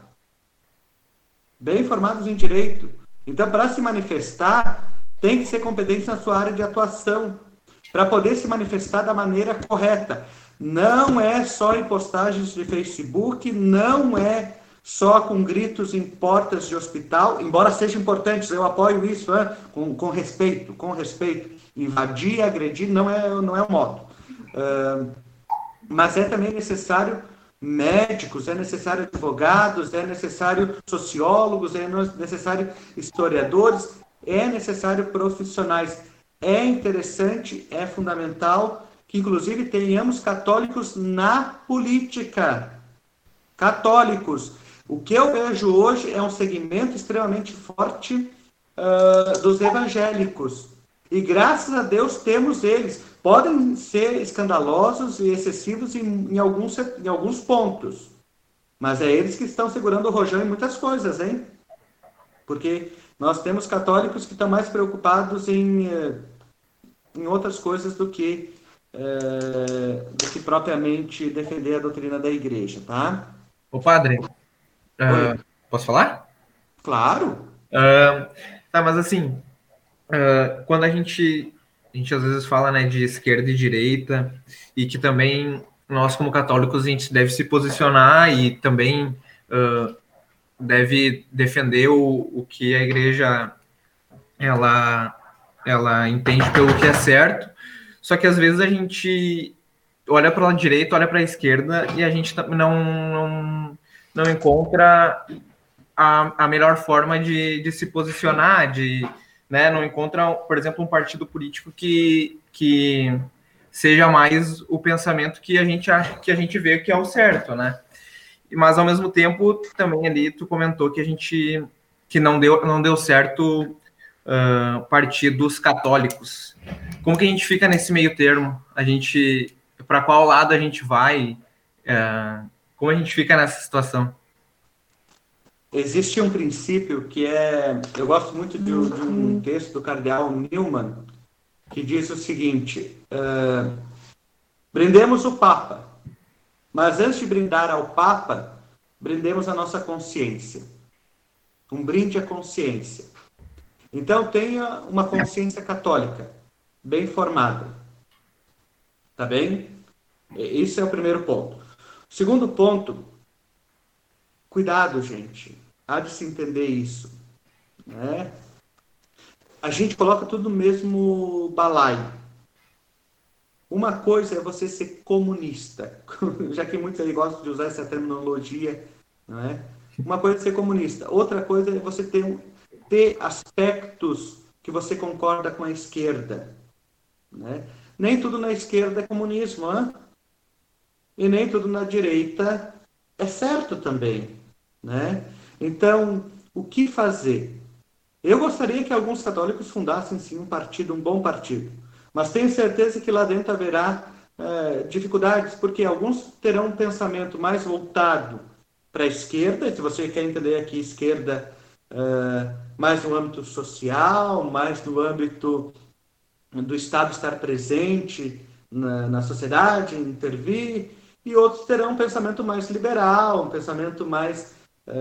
bem formados em direito. Então, para se manifestar, tem que ser competente na sua área de atuação, para poder se manifestar da maneira correta. Não é só em postagens de Facebook, não é só com gritos em portas de hospital, embora sejam importantes, eu apoio isso, com respeito, com respeito. Invadir, agredir não é o modo. Mas é também necessário médicos, é necessário advogados, é necessário sociólogos, é necessário historiadores, é necessário profissionais. É interessante, é fundamental que, inclusive, tenhamos católicos na política. Católicos. O que eu vejo hoje é um segmento extremamente forte dos evangélicos. E, graças a Deus, temos eles. Podem ser escandalosos e excessivos em alguns pontos. Mas é eles que estão segurando o rojão em muitas coisas, hein? Porque nós temos católicos que estão mais preocupados em outras coisas do que propriamente defender a doutrina da igreja, tá? Ô, padre, posso falar? Claro. Tá, mas assim, quando a gente às vezes fala, né, de esquerda e direita, e que também nós, como católicos, a gente deve se posicionar e também deve defender o que a igreja ela entende pelo que é certo. Só que às vezes a gente olha para a direita, olha para a esquerda e a gente não encontra a melhor forma de se posicionar, né, não encontra, por exemplo, um partido político que seja mais o pensamento que a gente acha, que a gente vê que é o certo, né? Mas ao mesmo tempo também ali tu comentou que não deu certo partidos católicos. Como que a gente fica nesse meio termo? Para qual lado a gente vai? Como a gente fica nessa situação? Existe um princípio que eu gosto muito de um texto do cardeal Newman, que diz o seguinte: brindemos o Papa, mas antes de brindar ao Papa, brindemos a nossa consciência. Um brinde à consciência. Então, tenha uma consciência católica, bem formada. Tá bem? Esse é o primeiro ponto. Segundo ponto, cuidado, gente. Há de se entender isso, né? A gente coloca tudo no mesmo balaio. Uma coisa é você ser comunista, já que muitos aí gostam de usar essa terminologia, não é? Uma coisa é ser comunista. Outra coisa é você ter aspectos que você concorda com a esquerda, né? Nem tudo na esquerda é comunismo, hein? E nem tudo na direita é certo também, né? Então, o que fazer? Eu gostaria que alguns católicos fundassem, sim, um partido, um bom partido. Mas tenho certeza que lá dentro haverá dificuldades, porque alguns terão um pensamento mais voltado para a esquerda, e se você quer entender aqui esquerda, mais no âmbito social, mais no âmbito do Estado estar presente na sociedade, intervir, e outros terão um pensamento mais liberal, um pensamento mais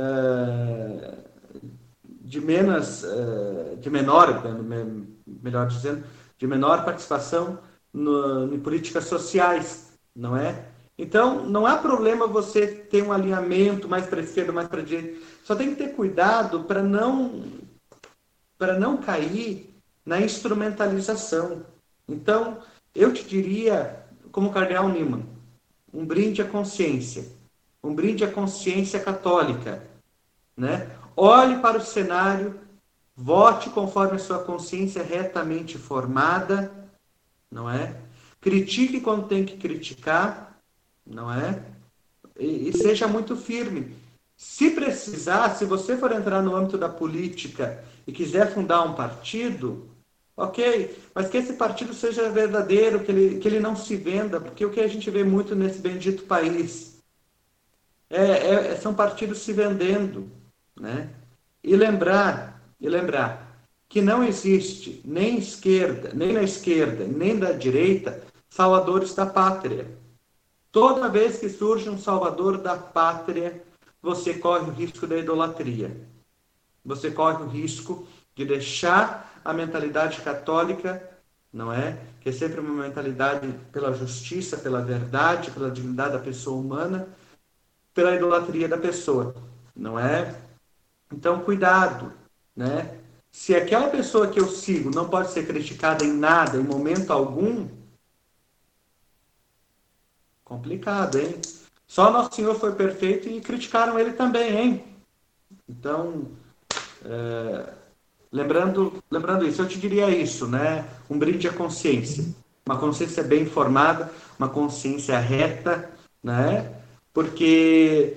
de menor, melhor dizendo, de menor participação em políticas sociais, não é? Então, não há problema você ter um alinhamento mais para a esquerda, mais para a direita. Só tem que ter cuidado para não cair na instrumentalização. Então, eu te diria, como cardeal Newman, um brinde à consciência. Um brinde à consciência católica, né? Olhe para o cenário, vote conforme a sua consciência retamente formada, não é? Critique quando tem que criticar, não é? E seja muito firme. Se precisar, se você for entrar no âmbito da política e quiser fundar um partido, ok, mas que esse partido seja verdadeiro, que ele não se venda, porque o que a gente vê muito nesse bendito país são partidos se vendendo, né? E lembrar que não existe nem esquerda, nem na esquerda, nem da direita, salvadores da pátria. Toda vez que surge um salvador da pátria, você corre o risco da idolatria. Você corre o risco de deixar a mentalidade católica, não é? Que é sempre uma mentalidade pela justiça, pela verdade, pela dignidade da pessoa humana, pela idolatria da pessoa, não é? Então, cuidado, né? Se aquela pessoa que eu sigo não pode ser criticada em nada, em momento algum, complicado, hein? Só Nosso Senhor foi perfeito e criticaram ele também, hein? Então, lembrando isso, eu te diria isso, né? Um brinde à consciência. Uma consciência bem informada, uma consciência reta, né? Porque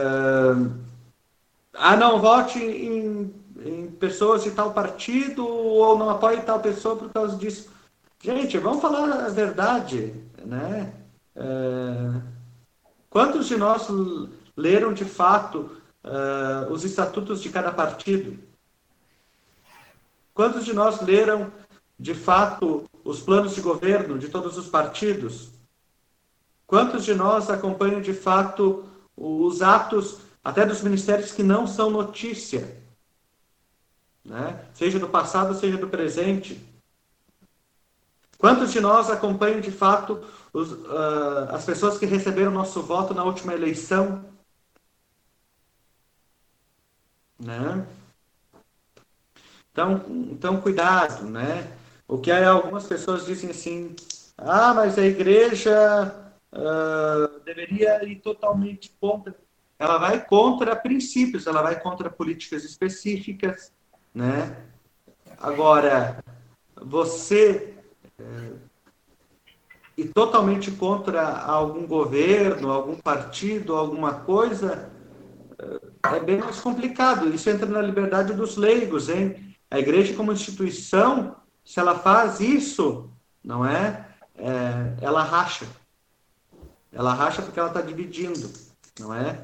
não vote em pessoas de tal partido ou não apoie tal pessoa por causa disso. Gente, vamos falar a verdade, né? Quantos de nós leram de fato os estatutos de cada partido? Quantos de nós leram de fato os planos de governo de todos os partidos? Quantos de nós acompanham de fato os atos até dos ministérios que não são notícia, né? Seja do passado, seja do presente? Quantos de nós acompanham de fato as pessoas que receberam nosso voto na última eleição? Né? Então, cuidado, né? O que algumas pessoas dizem assim, mas a igreja deveria ir totalmente contra. Ela vai contra princípios, ela vai contra políticas específicas, né? Agora, você ir totalmente contra algum governo, algum partido, alguma coisa, é bem mais complicado. Isso entra na liberdade dos leigos, hein? A igreja como instituição, se ela faz isso, não ela racha. Ela racha porque ela está dividindo, não é?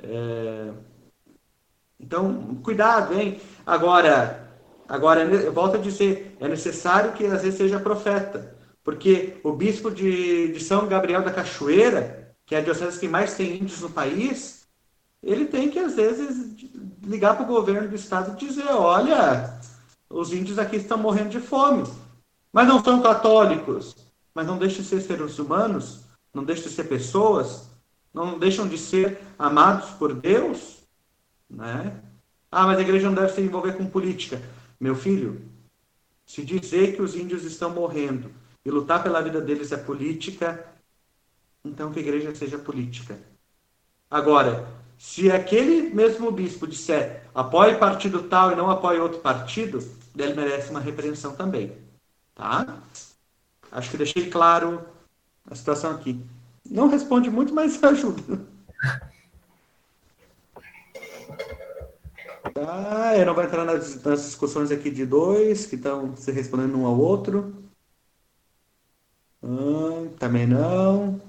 Então, cuidado, hein? Agora, eu volto a dizer, é necessário que às vezes seja profeta, porque o bispo de São Gabriel da Cachoeira, que é a diocese que mais tem índios no país, ele tem que, às vezes, ligar para o governo do estado e dizer, olha, os índios aqui estão morrendo de fome, mas não são católicos, mas não deixam de ser seres humanos, não deixam de ser pessoas, não deixam de ser amados por Deus, né? Mas a igreja não deve se envolver com política. Meu filho, se dizer que os índios estão morrendo e lutar pela vida deles é política, então que a igreja seja política. Agora, se aquele mesmo bispo disser apoie partido tal e não apoie outro partido, ele merece uma repreensão também. Tá? Acho que deixei claro a situação aqui. Não responde muito, mas ajuda. Eu não vou entrar nas discussões aqui de dois que estão se respondendo um ao outro. Também não.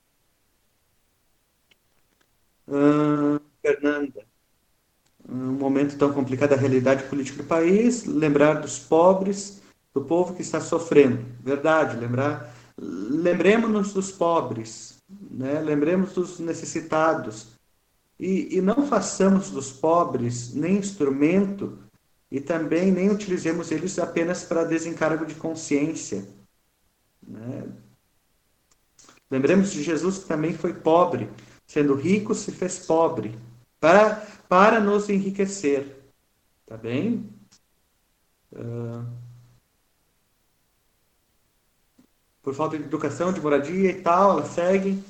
Fernanda, um momento tão complicado da realidade política do país, lembrar dos pobres, do povo que está sofrendo. Verdade, lembremos-nos dos pobres, né? Lembremos dos necessitados. E não façamos dos pobres nem instrumento e também nem utilizemos eles apenas para desencargo de consciência, né? Lembremos de Jesus, que também foi pobre, sendo rico se fez pobre, para nos enriquecer. Tá bem? Por falta de educação, de moradia e tal, ela segue.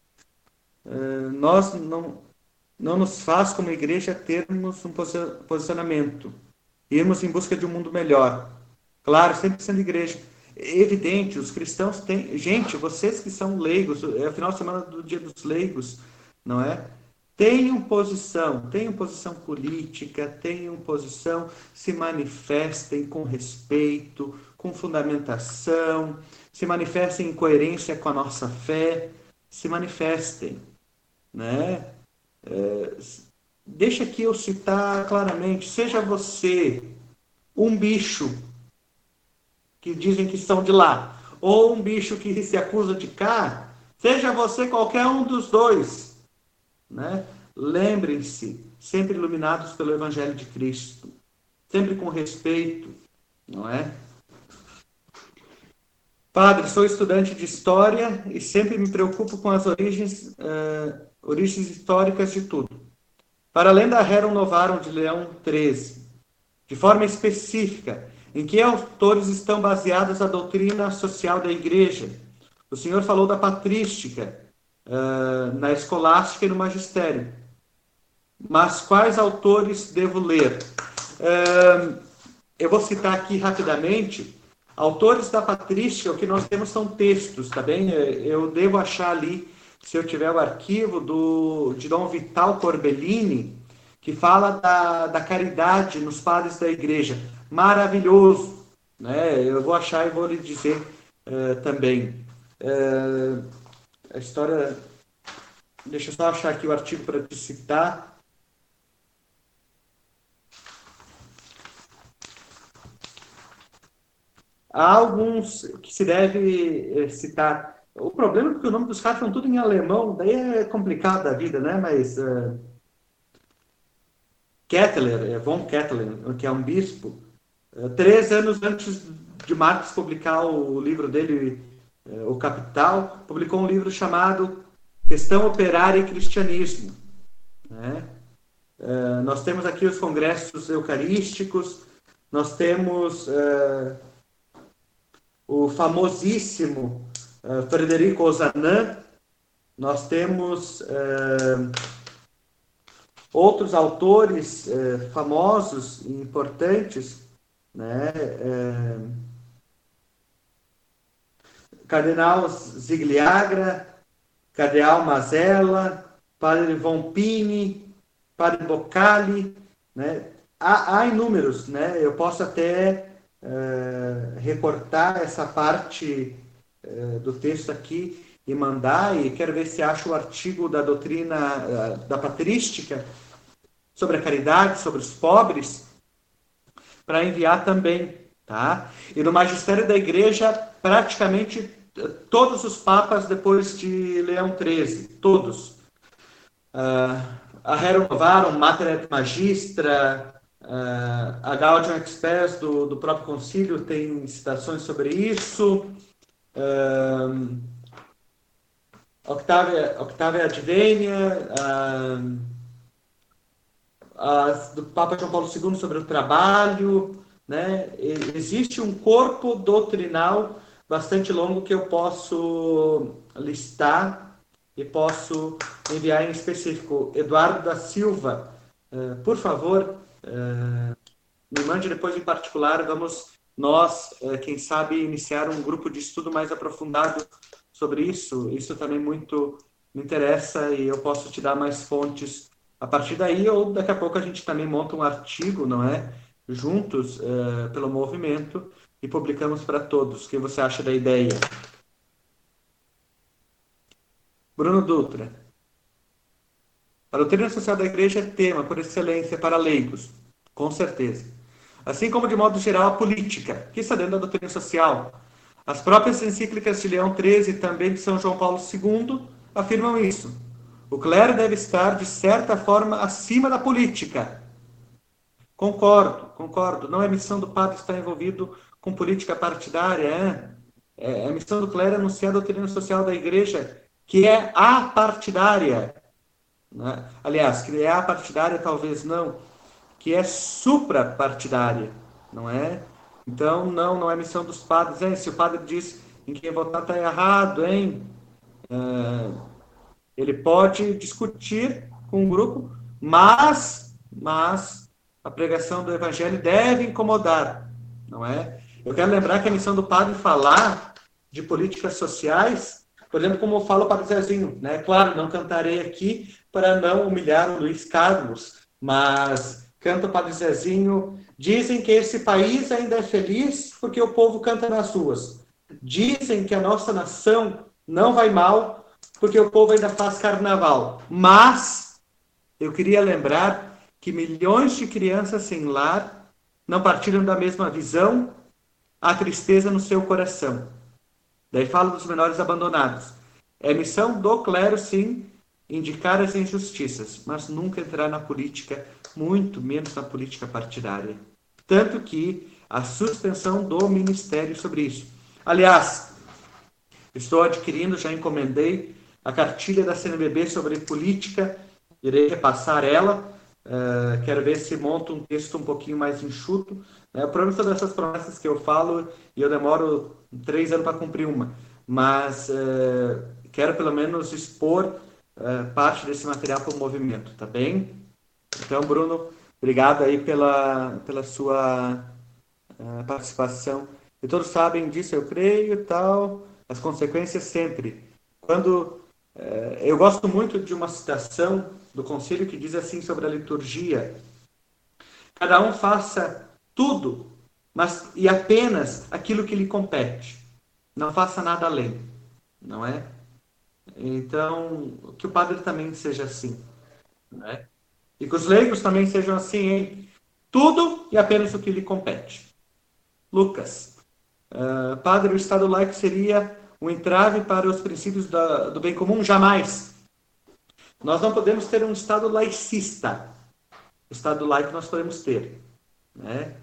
Nós não nos faz, como igreja, termos um posicionamento. Irmos em busca de um mundo melhor. Claro, sempre sendo igreja. É evidente, os cristãos têm... Gente, vocês que são leigos, é o final de semana do Dia dos Leigos, não é? Tenham posição política, tenham posição, se manifestem com respeito, com fundamentação, se manifestem em coerência com a nossa fé, se manifestem, né? Deixa aqui eu citar claramente, seja você um bicho que dizem que são de lá, ou um bicho que se acusa de cá, seja você qualquer um dos dois, né? Lembrem-se, sempre iluminados pelo Evangelho de Cristo, sempre com respeito, não é? Padre, sou estudante de História e sempre me preocupo com as origens históricas de tudo. Para além da Rerum Novarum de Leão XIII, de forma específica, em que autores estão baseadas a doutrina social da Igreja? O senhor falou da patrística, na escolástica e no magistério. Mas quais autores devo ler? Eu vou citar aqui rapidamente. Autores da patrística, o que nós temos são textos, tá bem? Eu devo achar ali, se eu tiver o arquivo, de Dom Vital Corbellini, que fala da caridade nos padres da igreja. Maravilhoso, né? Eu vou achar e vou lhe dizer também. A história... Deixa eu só achar aqui o artigo para te citar. Há alguns que se deve citar. O problema é que o nome dos caras são tudo em alemão, daí é complicado a vida, né? Mas Kettler, von Kettler, que é um bispo, 3 anos antes de Marx publicar o livro dele, O Capital, publicou um livro chamado Questão Operária e Cristianismo, né? Nós temos aqui os congressos eucarísticos, nós temos o famosíssimo Frederico Ozanam, nós temos outros autores famosos e importantes, né? Cardenal Zigliagra, Cardeal Mazella, Padre Von Pini, Padre Boccali, né? Há inúmeros, né? Eu posso até recortar essa parte do texto aqui e mandar, e quero ver se acho o artigo da doutrina da patrística sobre a caridade, sobre os pobres, para enviar também, tá? E no magistério da igreja, praticamente todos os papas depois de Leão XIII, todos. A Rerum Novarum, Mater et Magistra, a Gaudium Expes do próprio concílio tem citações sobre isso. Octavia Advenia, do Papa João Paulo II sobre o trabalho, né? Existe um corpo doutrinal bastante longo que eu posso listar e posso enviar em específico. Eduardo da Silva, por favor, me mande depois em particular. Vamos nós, quem sabe, iniciar um grupo de estudo mais aprofundado sobre isso. Isso também muito me interessa e eu posso te dar mais fontes A partir daí, ou daqui a pouco a gente também monta um artigo, não é? Juntos, pelo movimento, e publicamos para todos. O que você acha da ideia? Bruno Dutra. A doutrina social da Igreja é tema, por excelência, para leigos, com certeza. Assim como, de modo geral, a política, que está dentro da doutrina social. As próprias encíclicas de Leão XIII e também de São João Paulo II afirmam isso. O clero deve estar, de certa forma, acima da política. Concordo. Não é missão do padre estar envolvido com política partidária. É a missão do clero anunciar a doutrina social da Igreja, que é apartidária. Né? Aliás, que é apartidária, talvez não, que é suprapartidária, não é? Então, não é missão dos padres, hein? Se o padre diz em quem votar está errado, hein? Ele pode discutir com o grupo, mas a pregação do evangelho deve incomodar, não é? Eu quero lembrar que a missão do padre falar de políticas sociais, por exemplo, como fala o padre Zezinho, né? Claro, não cantarei aqui para não humilhar o Luiz Carlos, mas canta o padre Zezinho, dizem que esse país ainda é feliz porque o povo canta nas ruas. Dizem que a nossa nação não vai mal porque o povo ainda faz carnaval. Mas eu queria lembrar que milhões de crianças sem lar não partilham da mesma visão, há tristeza no seu coração. Daí fala dos menores abandonados. É missão do clero, sim, indicar as injustiças, mas nunca entrar na política, muito menos na política partidária. Tanto que a suspensão do ministério sobre isso. Aliás, estou adquirindo, já encomendei, a cartilha da CNBB sobre política, irei repassar ela, quero ver se monto um texto um pouquinho mais enxuto. O problema de todas essas promessas que eu falo, e eu demoro 3 anos para cumprir uma, mas quero pelo menos expor parte desse material para o movimento, tá bem? Então, Bruno, obrigado aí pela sua participação. E todos sabem disso, eu creio, tal, as consequências sempre. Quando eu gosto muito de uma citação do concílio que diz assim sobre a liturgia: cada um faça tudo, mas e apenas aquilo que lhe compete. Não faça nada além, não é? Então, que o padre também seja assim, né? E que os leigos também sejam assim, hein? Tudo e apenas o que lhe compete. Lucas, padre, o Estado laico seria um entrave para os princípios do bem comum? Jamais. Nós não podemos ter um Estado laicista. O Estado laico nós podemos ter, né?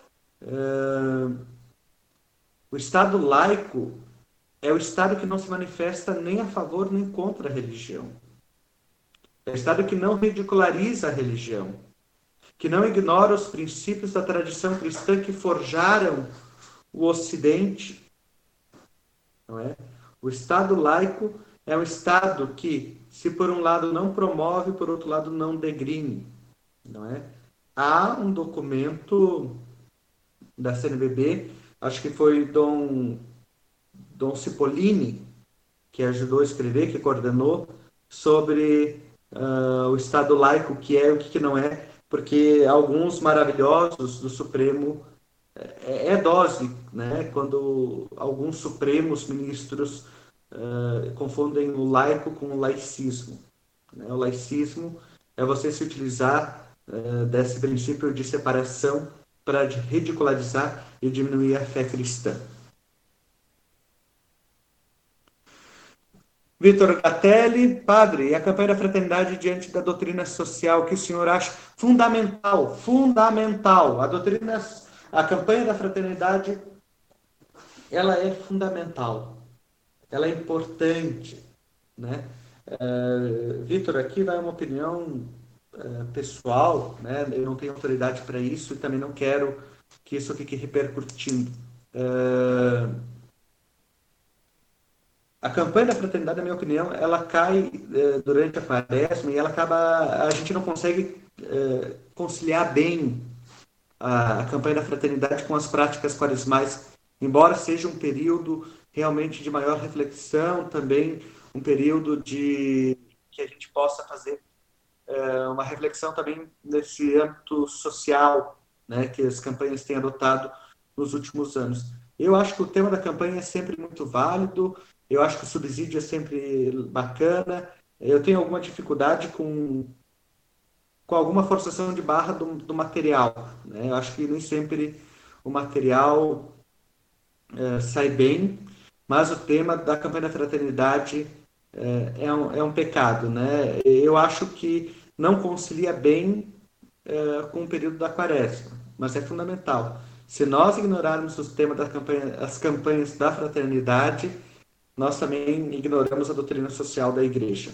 O Estado laico é o Estado que não se manifesta nem a favor nem contra a religião. É o Estado que não ridiculariza a religião, que não ignora os princípios da tradição cristã que forjaram o Ocidente. Não é? O Estado laico é um Estado que, se por um lado não promove, por outro lado não degrine. Não é? Há um documento da CNBB, acho que foi Dom Cipollini, que ajudou a escrever, que coordenou, sobre o Estado laico, o que é e o que não é, porque alguns maravilhosos do Supremo é dose, né? Quando alguns supremos ministros confundem o laico com o laicismo. Né? O laicismo é você se utilizar desse princípio de separação para ridicularizar e diminuir a fé cristã. Vitor Gatelli, padre, e a campanha da fraternidade diante da doutrina social, que o senhor acha fundamental? A campanha da fraternidade, ela é fundamental, ela é importante, né? Vitor, aqui vai uma opinião pessoal, né? Eu não tenho autoridade para isso e também não quero que isso fique repercutindo. A campanha da fraternidade, na minha opinião, ela cai durante a quaresma e a gente não consegue conciliar bem a campanha da fraternidade com as práticas quaresmais, embora seja um período realmente de maior reflexão, também um período que a gente possa fazer uma reflexão também nesse âmbito social, né, que as campanhas têm adotado nos últimos anos. Eu acho que o tema da campanha é sempre muito válido, eu acho que o subsídio é sempre bacana, eu tenho alguma dificuldade com alguma forçação de barra do material, né? Eu acho que nem sempre o material sai bem, mas o tema da campanha da fraternidade é um pecado, né? Eu acho que não concilia bem com o período da quaresma, mas é fundamental. Se nós ignorarmos os temas da campanha, as campanhas da fraternidade, nós também ignoramos a doutrina social da igreja.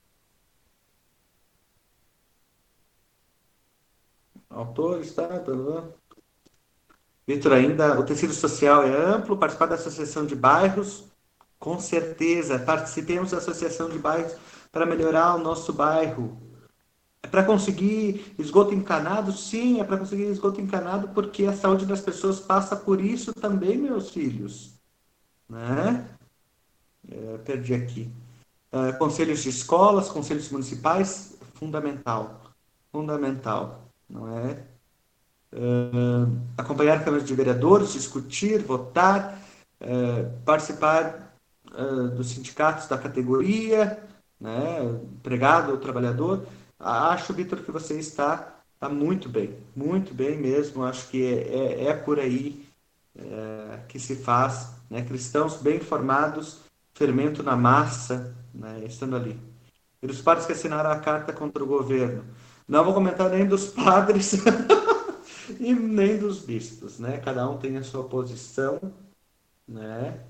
Autores, tá? Vitor, ainda o tecido social é amplo, participar da associação de bairros, com certeza, participemos da associação de bairros para melhorar o nosso bairro. É para conseguir esgoto encanado? Sim, é para conseguir esgoto encanado, porque a saúde das pessoas passa por isso também, meus filhos. Né? Perdi aqui. Conselhos de escolas, conselhos municipais, fundamental. Fundamental, não é? Acompanhar câmaras de vereadores, discutir, votar, participar dos sindicatos da categoria, né, empregado ou trabalhador. Acho, Vitor, que você está muito bem mesmo. Acho que é por aí que se faz, né, cristãos bem formados, fermento na massa, né, estando ali. E dos padres que assinaram a carta contra o governo. Não vou comentar nem dos padres e nem dos bispos, né? Cada um tem a sua posição, né?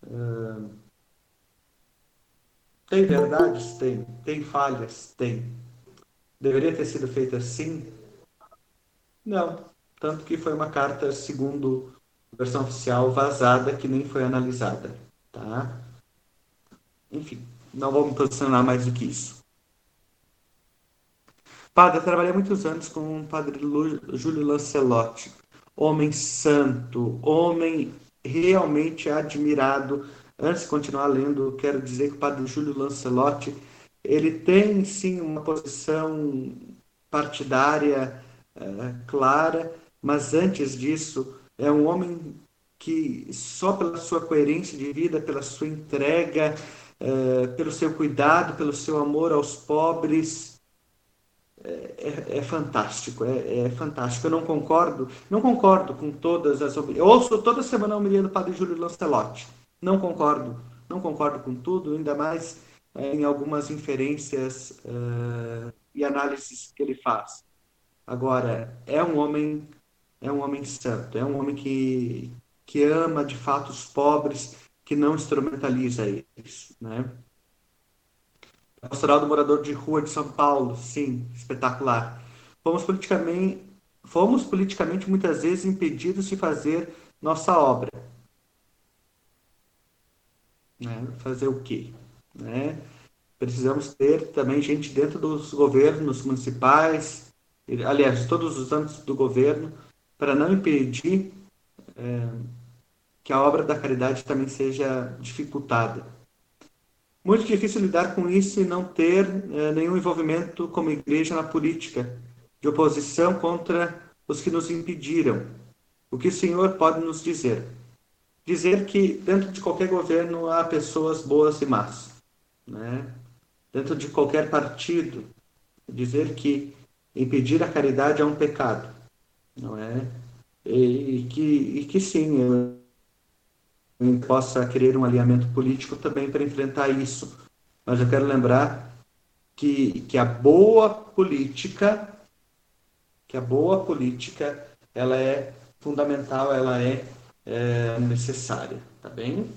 Tem verdades? Tem. Tem falhas? Tem. Deveria ter sido feita assim? Não. Tanto que foi uma carta, segundo a versão oficial, vazada, que nem foi analisada, tá? Enfim, não vou me posicionar mais do que isso. Padre, eu trabalhei muitos anos com o padre Júlio Lancelotti. Homem santo, homem realmente admirado. Antes de continuar lendo, quero dizer que o padre Júlio Lancelotti, ele tem sim uma posição partidária clara, mas antes disso, é um homem que só pela sua coerência de vida, pela sua entrega, pelo seu cuidado, pelo seu amor aos pobres, é fantástico, é fantástico. Eu não concordo com todas as eu ouço toda semana a homilia do padre Júlio Lancelotti. Não concordo com tudo, ainda mais em algumas inferências e análises que ele faz. Agora, é um homem santo, é um homem que ama de fato os pobres, que não instrumentaliza eles, né? Pastoral do Morador de Rua de São Paulo, sim, espetacular. Fomos politicamente muitas vezes impedidos de fazer nossa obra. Né? Fazer o quê? Né? Precisamos ter também gente dentro dos governos municipais, aliás, de todos os âmbitos do governo, para não impedir que a obra da caridade também seja dificultada. Muito difícil lidar com isso e não ter nenhum envolvimento como igreja na política, de oposição contra os que nos impediram. O que o Senhor pode nos dizer? Dizer que dentro de qualquer governo há pessoas boas e más. Né? Dentro de qualquer partido, dizer que impedir a caridade é um pecado. Não é? E que sim, possa querer um alinhamento político também para enfrentar isso. Mas eu quero lembrar que a boa política, ela é fundamental, ela é necessária, tá bem?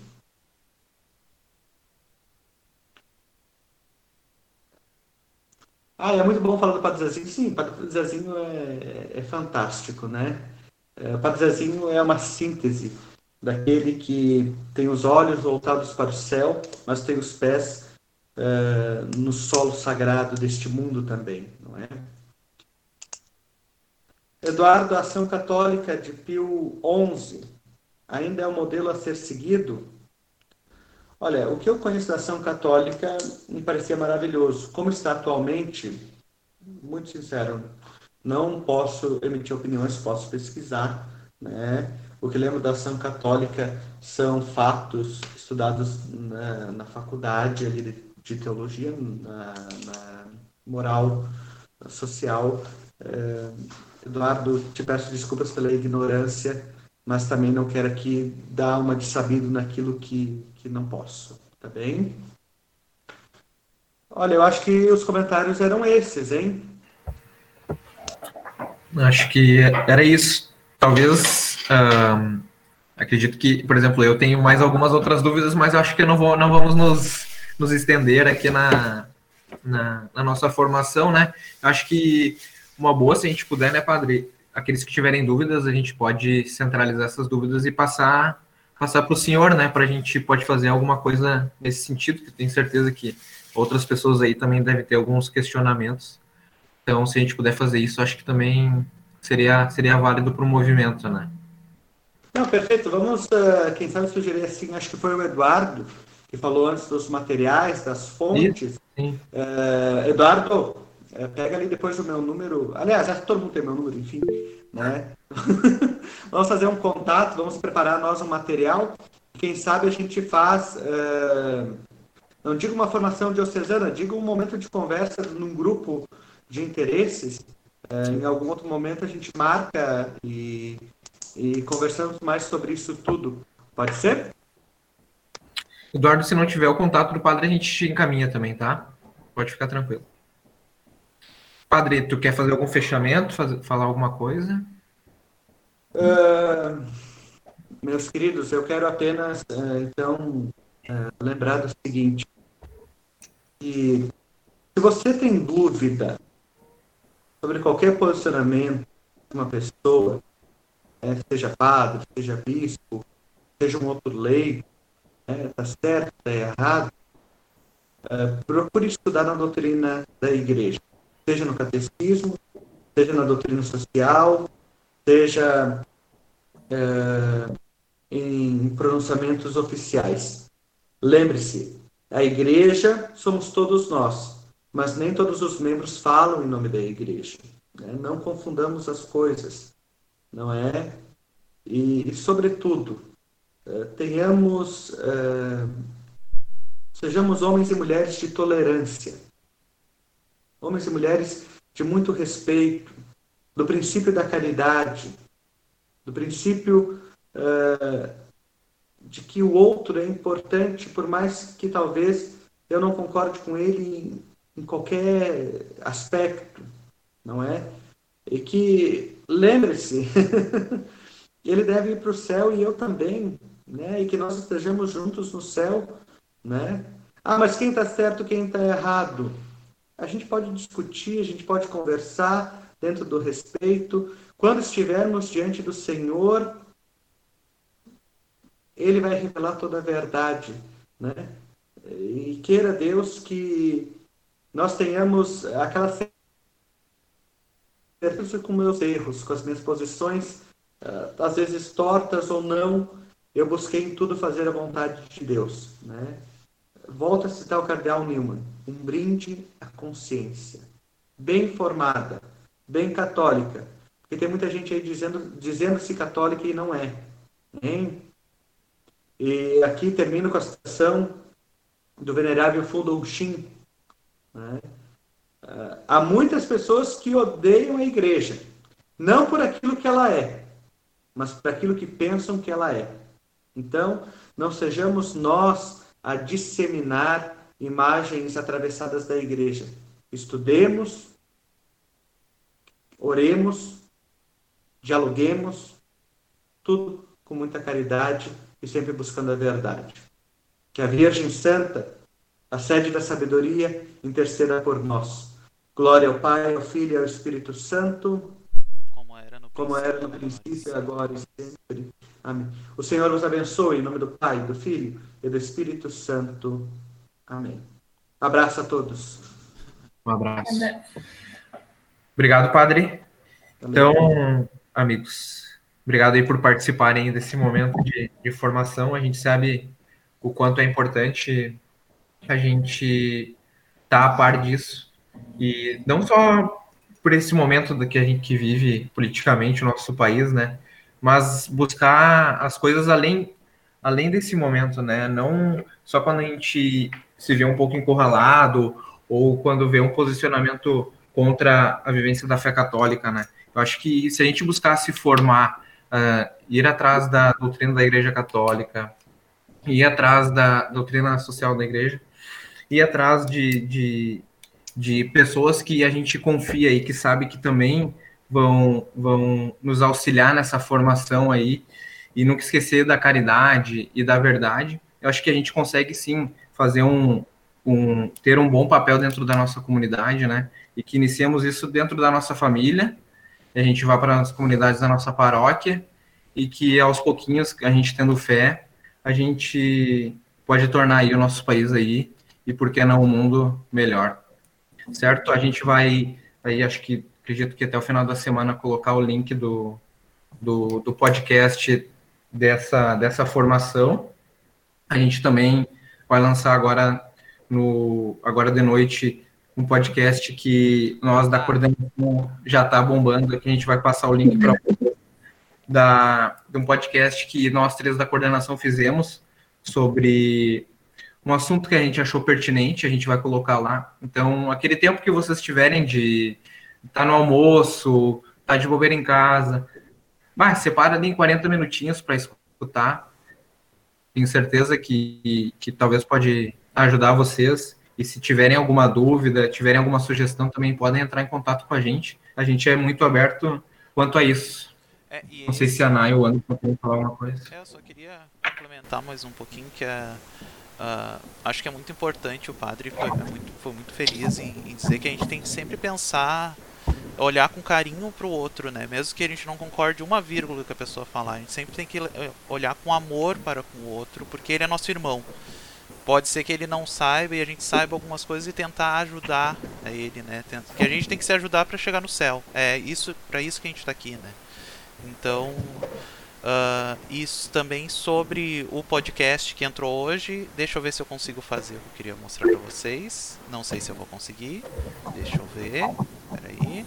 É muito bom falar do Padre Zezinho. Sim, o Padre Zezinho é fantástico, né? O Padre Zezinho é uma síntese daquele que tem os olhos voltados para o céu, mas tem os pés no solo sagrado deste mundo também, não é? Eduardo, a ação católica de Pio XI ainda é um modelo a ser seguido? Olha, o que eu conheço da ação católica me parecia maravilhoso. Como está atualmente, muito sincero, não posso emitir opiniões, posso pesquisar, né? O que lembro da ação católica são fatos estudados na faculdade ali de teologia, na moral social. Eduardo, te peço desculpas pela ignorância, mas também não quero aqui dar uma de sabido naquilo que não posso, tá bem? Olha, eu acho que os comentários eram esses, hein? Acho que era isso. Talvez, acredito que, por exemplo, eu tenho mais algumas outras dúvidas, mas eu acho que não vamos nos estender aqui na nossa formação, né? Eu acho que uma boa, se a gente puder, né, padre? Aqueles que tiverem dúvidas, a gente pode centralizar essas dúvidas e passar para o senhor, né? Para a gente pode fazer alguma coisa nesse sentido, que eu tenho certeza que outras pessoas aí também devem ter alguns questionamentos. Então, se a gente puder fazer isso, acho que também seria válido para o movimento, né? Não, perfeito. Vamos, quem sabe, sugerir assim, acho que foi o Eduardo que falou antes dos materiais, das fontes. Isso, sim. Eduardo, pega ali depois o meu número. Aliás, acho que todo mundo tem meu número, enfim, né? Vamos fazer um contato, vamos preparar nós um material. Quem sabe a gente faz, não digo uma formação diocesana, digo um momento de conversa num grupo de interesses. Em algum outro momento a gente marca e conversamos mais sobre isso tudo. Pode ser? Eduardo, se não tiver o contato do padre, a gente te encaminha também, tá? Pode ficar tranquilo. Padre, tu quer fazer algum fechamento, falar alguma coisa? Meus queridos, eu quero apenas, então, lembrar do seguinte, que se você tem dúvida sobre qualquer posicionamento de uma pessoa, seja padre, seja bispo, seja um outro leigo, está certo, está errado, procure estudar na doutrina da igreja, seja no catecismo, seja na doutrina social, seja em pronunciamentos oficiais. Lembre-se, a igreja somos todos nós, mas nem todos os membros falam em nome da igreja. Né? Não confundamos as coisas, não é? E sobretudo, sejamos homens e mulheres de tolerância, homens e mulheres de muito respeito, do princípio da caridade, do princípio de que o outro é importante, por mais que talvez eu não concorde com ele em qualquer aspecto, não é? E que, lembre-se, ele deve ir para o céu e eu também, né? E que nós estejamos juntos no céu, né? Ah, mas quem está certo, quem está errado? A gente pode discutir, a gente pode conversar dentro do respeito. Quando estivermos diante do Senhor, Ele vai revelar toda a verdade, né? E queira Deus que nós tenhamos aquela certeza com meus erros, com as minhas posições, às vezes tortas ou não, eu busquei em tudo fazer a vontade de Deus, né? Volto a citar o cardeal Newman, um brinde à consciência, bem formada, bem católica, porque tem muita gente aí dizendo-se católica e não é, hein? E aqui termino com a citação do venerável Fu Xin, né? Há muitas pessoas que odeiam a igreja, não por aquilo que ela é, mas por aquilo que pensam que ela é. Então, não sejamos nós a disseminar imagens atravessadas da igreja. Estudemos, oremos, dialoguemos, tudo com muita caridade e sempre buscando a verdade. Que a Virgem Santa, a sede da sabedoria, interceda por nós. Glória ao Pai, ao Filho e ao Espírito Santo, Como era no princípio, agora e sempre. Amém. O Senhor vos abençoe, em nome do Pai, do Filho e do Espírito Santo. Amém. Abraço a todos. Um abraço. Obrigado, padre. Então, amigos, obrigado aí por participarem desse momento de formação. A gente sabe o quanto é importante a gente estar a par disso, E não só por esse momento que a gente que vive politicamente o nosso país, né? Mas buscar as coisas além desse momento, né? Não só quando a gente se vê um pouco encurralado ou quando vê um posicionamento contra a vivência da fé católica, né? Eu acho que se a gente buscar se formar, ir atrás da doutrina da Igreja Católica, ir atrás da doutrina social da Igreja, ir atrás de pessoas que a gente confia e que sabe que também vão nos auxiliar nessa formação aí, e nunca esquecer da caridade e da verdade. Eu acho que a gente consegue sim fazer ter um bom papel dentro da nossa comunidade, né? E que iniciemos isso dentro da nossa família, e a gente vá para as comunidades da nossa paróquia, e que aos pouquinhos, a gente tendo fé, a gente pode tornar aí o nosso país aí, e por que não o mundo melhor. Certo? A gente vai, aí acredito que até o final da semana, colocar o link do podcast dessa formação. A gente também vai lançar agora de noite, um podcast que nós da coordenação já está bombando, que a gente vai passar o link de um podcast que nós três da coordenação fizemos sobre um assunto que a gente achou pertinente, a gente vai colocar lá. Então, aquele tempo que vocês tiverem de estar no almoço, estar de bobeira em casa, separa ali em 40 minutinhos para escutar. Tenho certeza que talvez pode ajudar vocês. E se tiverem alguma dúvida, tiverem alguma sugestão, também podem entrar em contato com a gente. A gente é muito aberto quanto a isso. Não sei se a Nay ou o Anderson querem falar alguma coisa. Eu só queria complementar mais um pouquinho, que acho que é muito importante. O padre foi muito feliz em dizer que a gente tem que sempre pensar, olhar com carinho pro outro, né? Mesmo que a gente não concorde uma vírgula que a pessoa falar, a gente sempre tem que olhar com amor para com o outro, porque ele é nosso irmão. Pode ser que ele não saiba e a gente saiba algumas coisas e tentar ajudar a ele, né? Que a gente tem que se ajudar para chegar no céu. É isso, para isso que a gente tá aqui, né? Então, isso também sobre o podcast que entrou hoje. Deixa eu ver se eu consigo fazer o que eu queria mostrar pra vocês. Não sei se eu vou conseguir. Deixa eu ver. Peraí.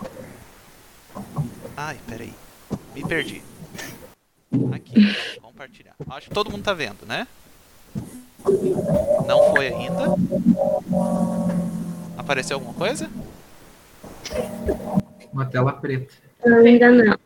Ai, peraí. Me perdi. Aqui, compartilhar. Acho que todo mundo tá vendo, né? Não foi ainda. Apareceu alguma coisa? Uma tela preta. Ainda não.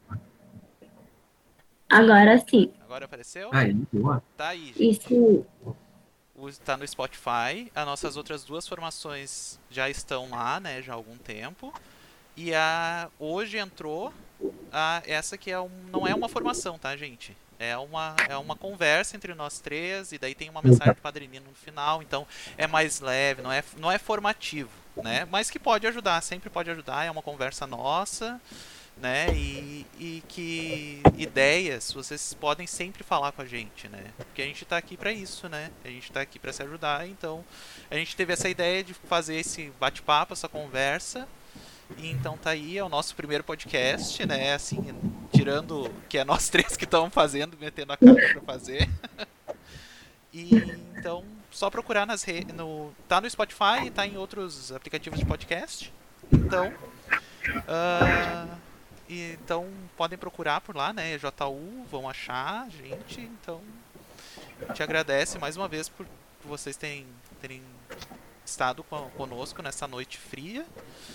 Agora sim. Agora apareceu? Aí, boa. Tá aí, gente. Isso. Tá no Spotify. As nossas outras duas formações já estão lá, né? Já há algum tempo. E hoje entrou essa que não é uma formação, tá, gente? É uma conversa entre nós três, e daí tem uma mensagem do Padre Nino no final. Então é mais leve, não é formativo, né? Mas que pode ajudar, sempre pode ajudar. É uma conversa nossa, né? E que ideias vocês podem sempre falar com a gente, né? Porque a gente tá aqui para isso, né? A gente tá aqui para se ajudar. Então a gente teve essa ideia de fazer esse bate-papo, essa conversa. E então tá aí, é o nosso primeiro podcast, né? Assim, tirando que é nós três que estamos fazendo, metendo a cara pra fazer. E então, só procurar tá no Spotify e tá em outros aplicativos de podcast. Então, então podem procurar por lá, né? JU, vão achar a gente. Então, a gente agradece mais uma vez por vocês terem estado conosco nessa noite fria.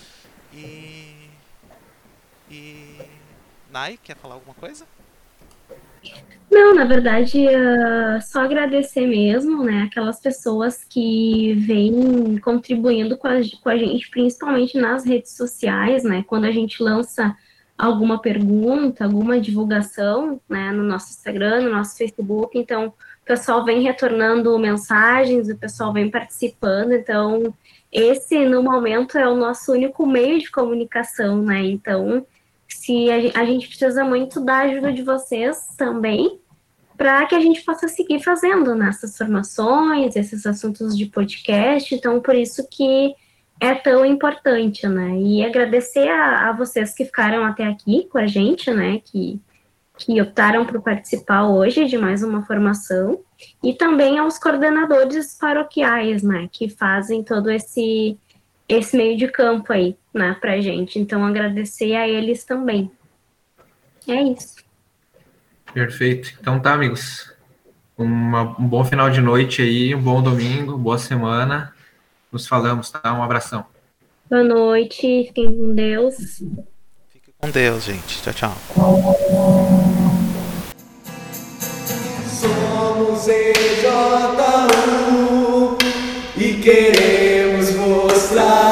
Nay, quer falar alguma coisa? Não, na verdade, só agradecer mesmo, né? Aquelas pessoas que vêm contribuindo com a gente, principalmente nas redes sociais, né? Quando a gente lança alguma pergunta, alguma divulgação, né? No nosso Instagram, no nosso Facebook. Então, o pessoal vem retornando mensagens, o pessoal vem participando. Então, esse, no momento, é o nosso único meio de comunicação, né? Então, se a gente precisa muito da ajuda de vocês também, para que a gente possa seguir fazendo nessas formações, esses assuntos de podcast. Então, por isso que é tão importante, né? E agradecer a vocês que ficaram até aqui com a gente, né? Que optaram por participar hoje de mais uma formação, e também aos coordenadores paroquiais, né, que fazem todo esse esse meio de campo aí, né, pra gente. Então, agradecer a eles também. É isso. Perfeito. Então tá, amigos. Um bom final de noite aí, um bom domingo, boa semana. Nos falamos, tá? Um abração. Boa noite, fiquem com Deus. Fique com Deus, gente. Tchau, tchau. Somos EJU e queremos mostrar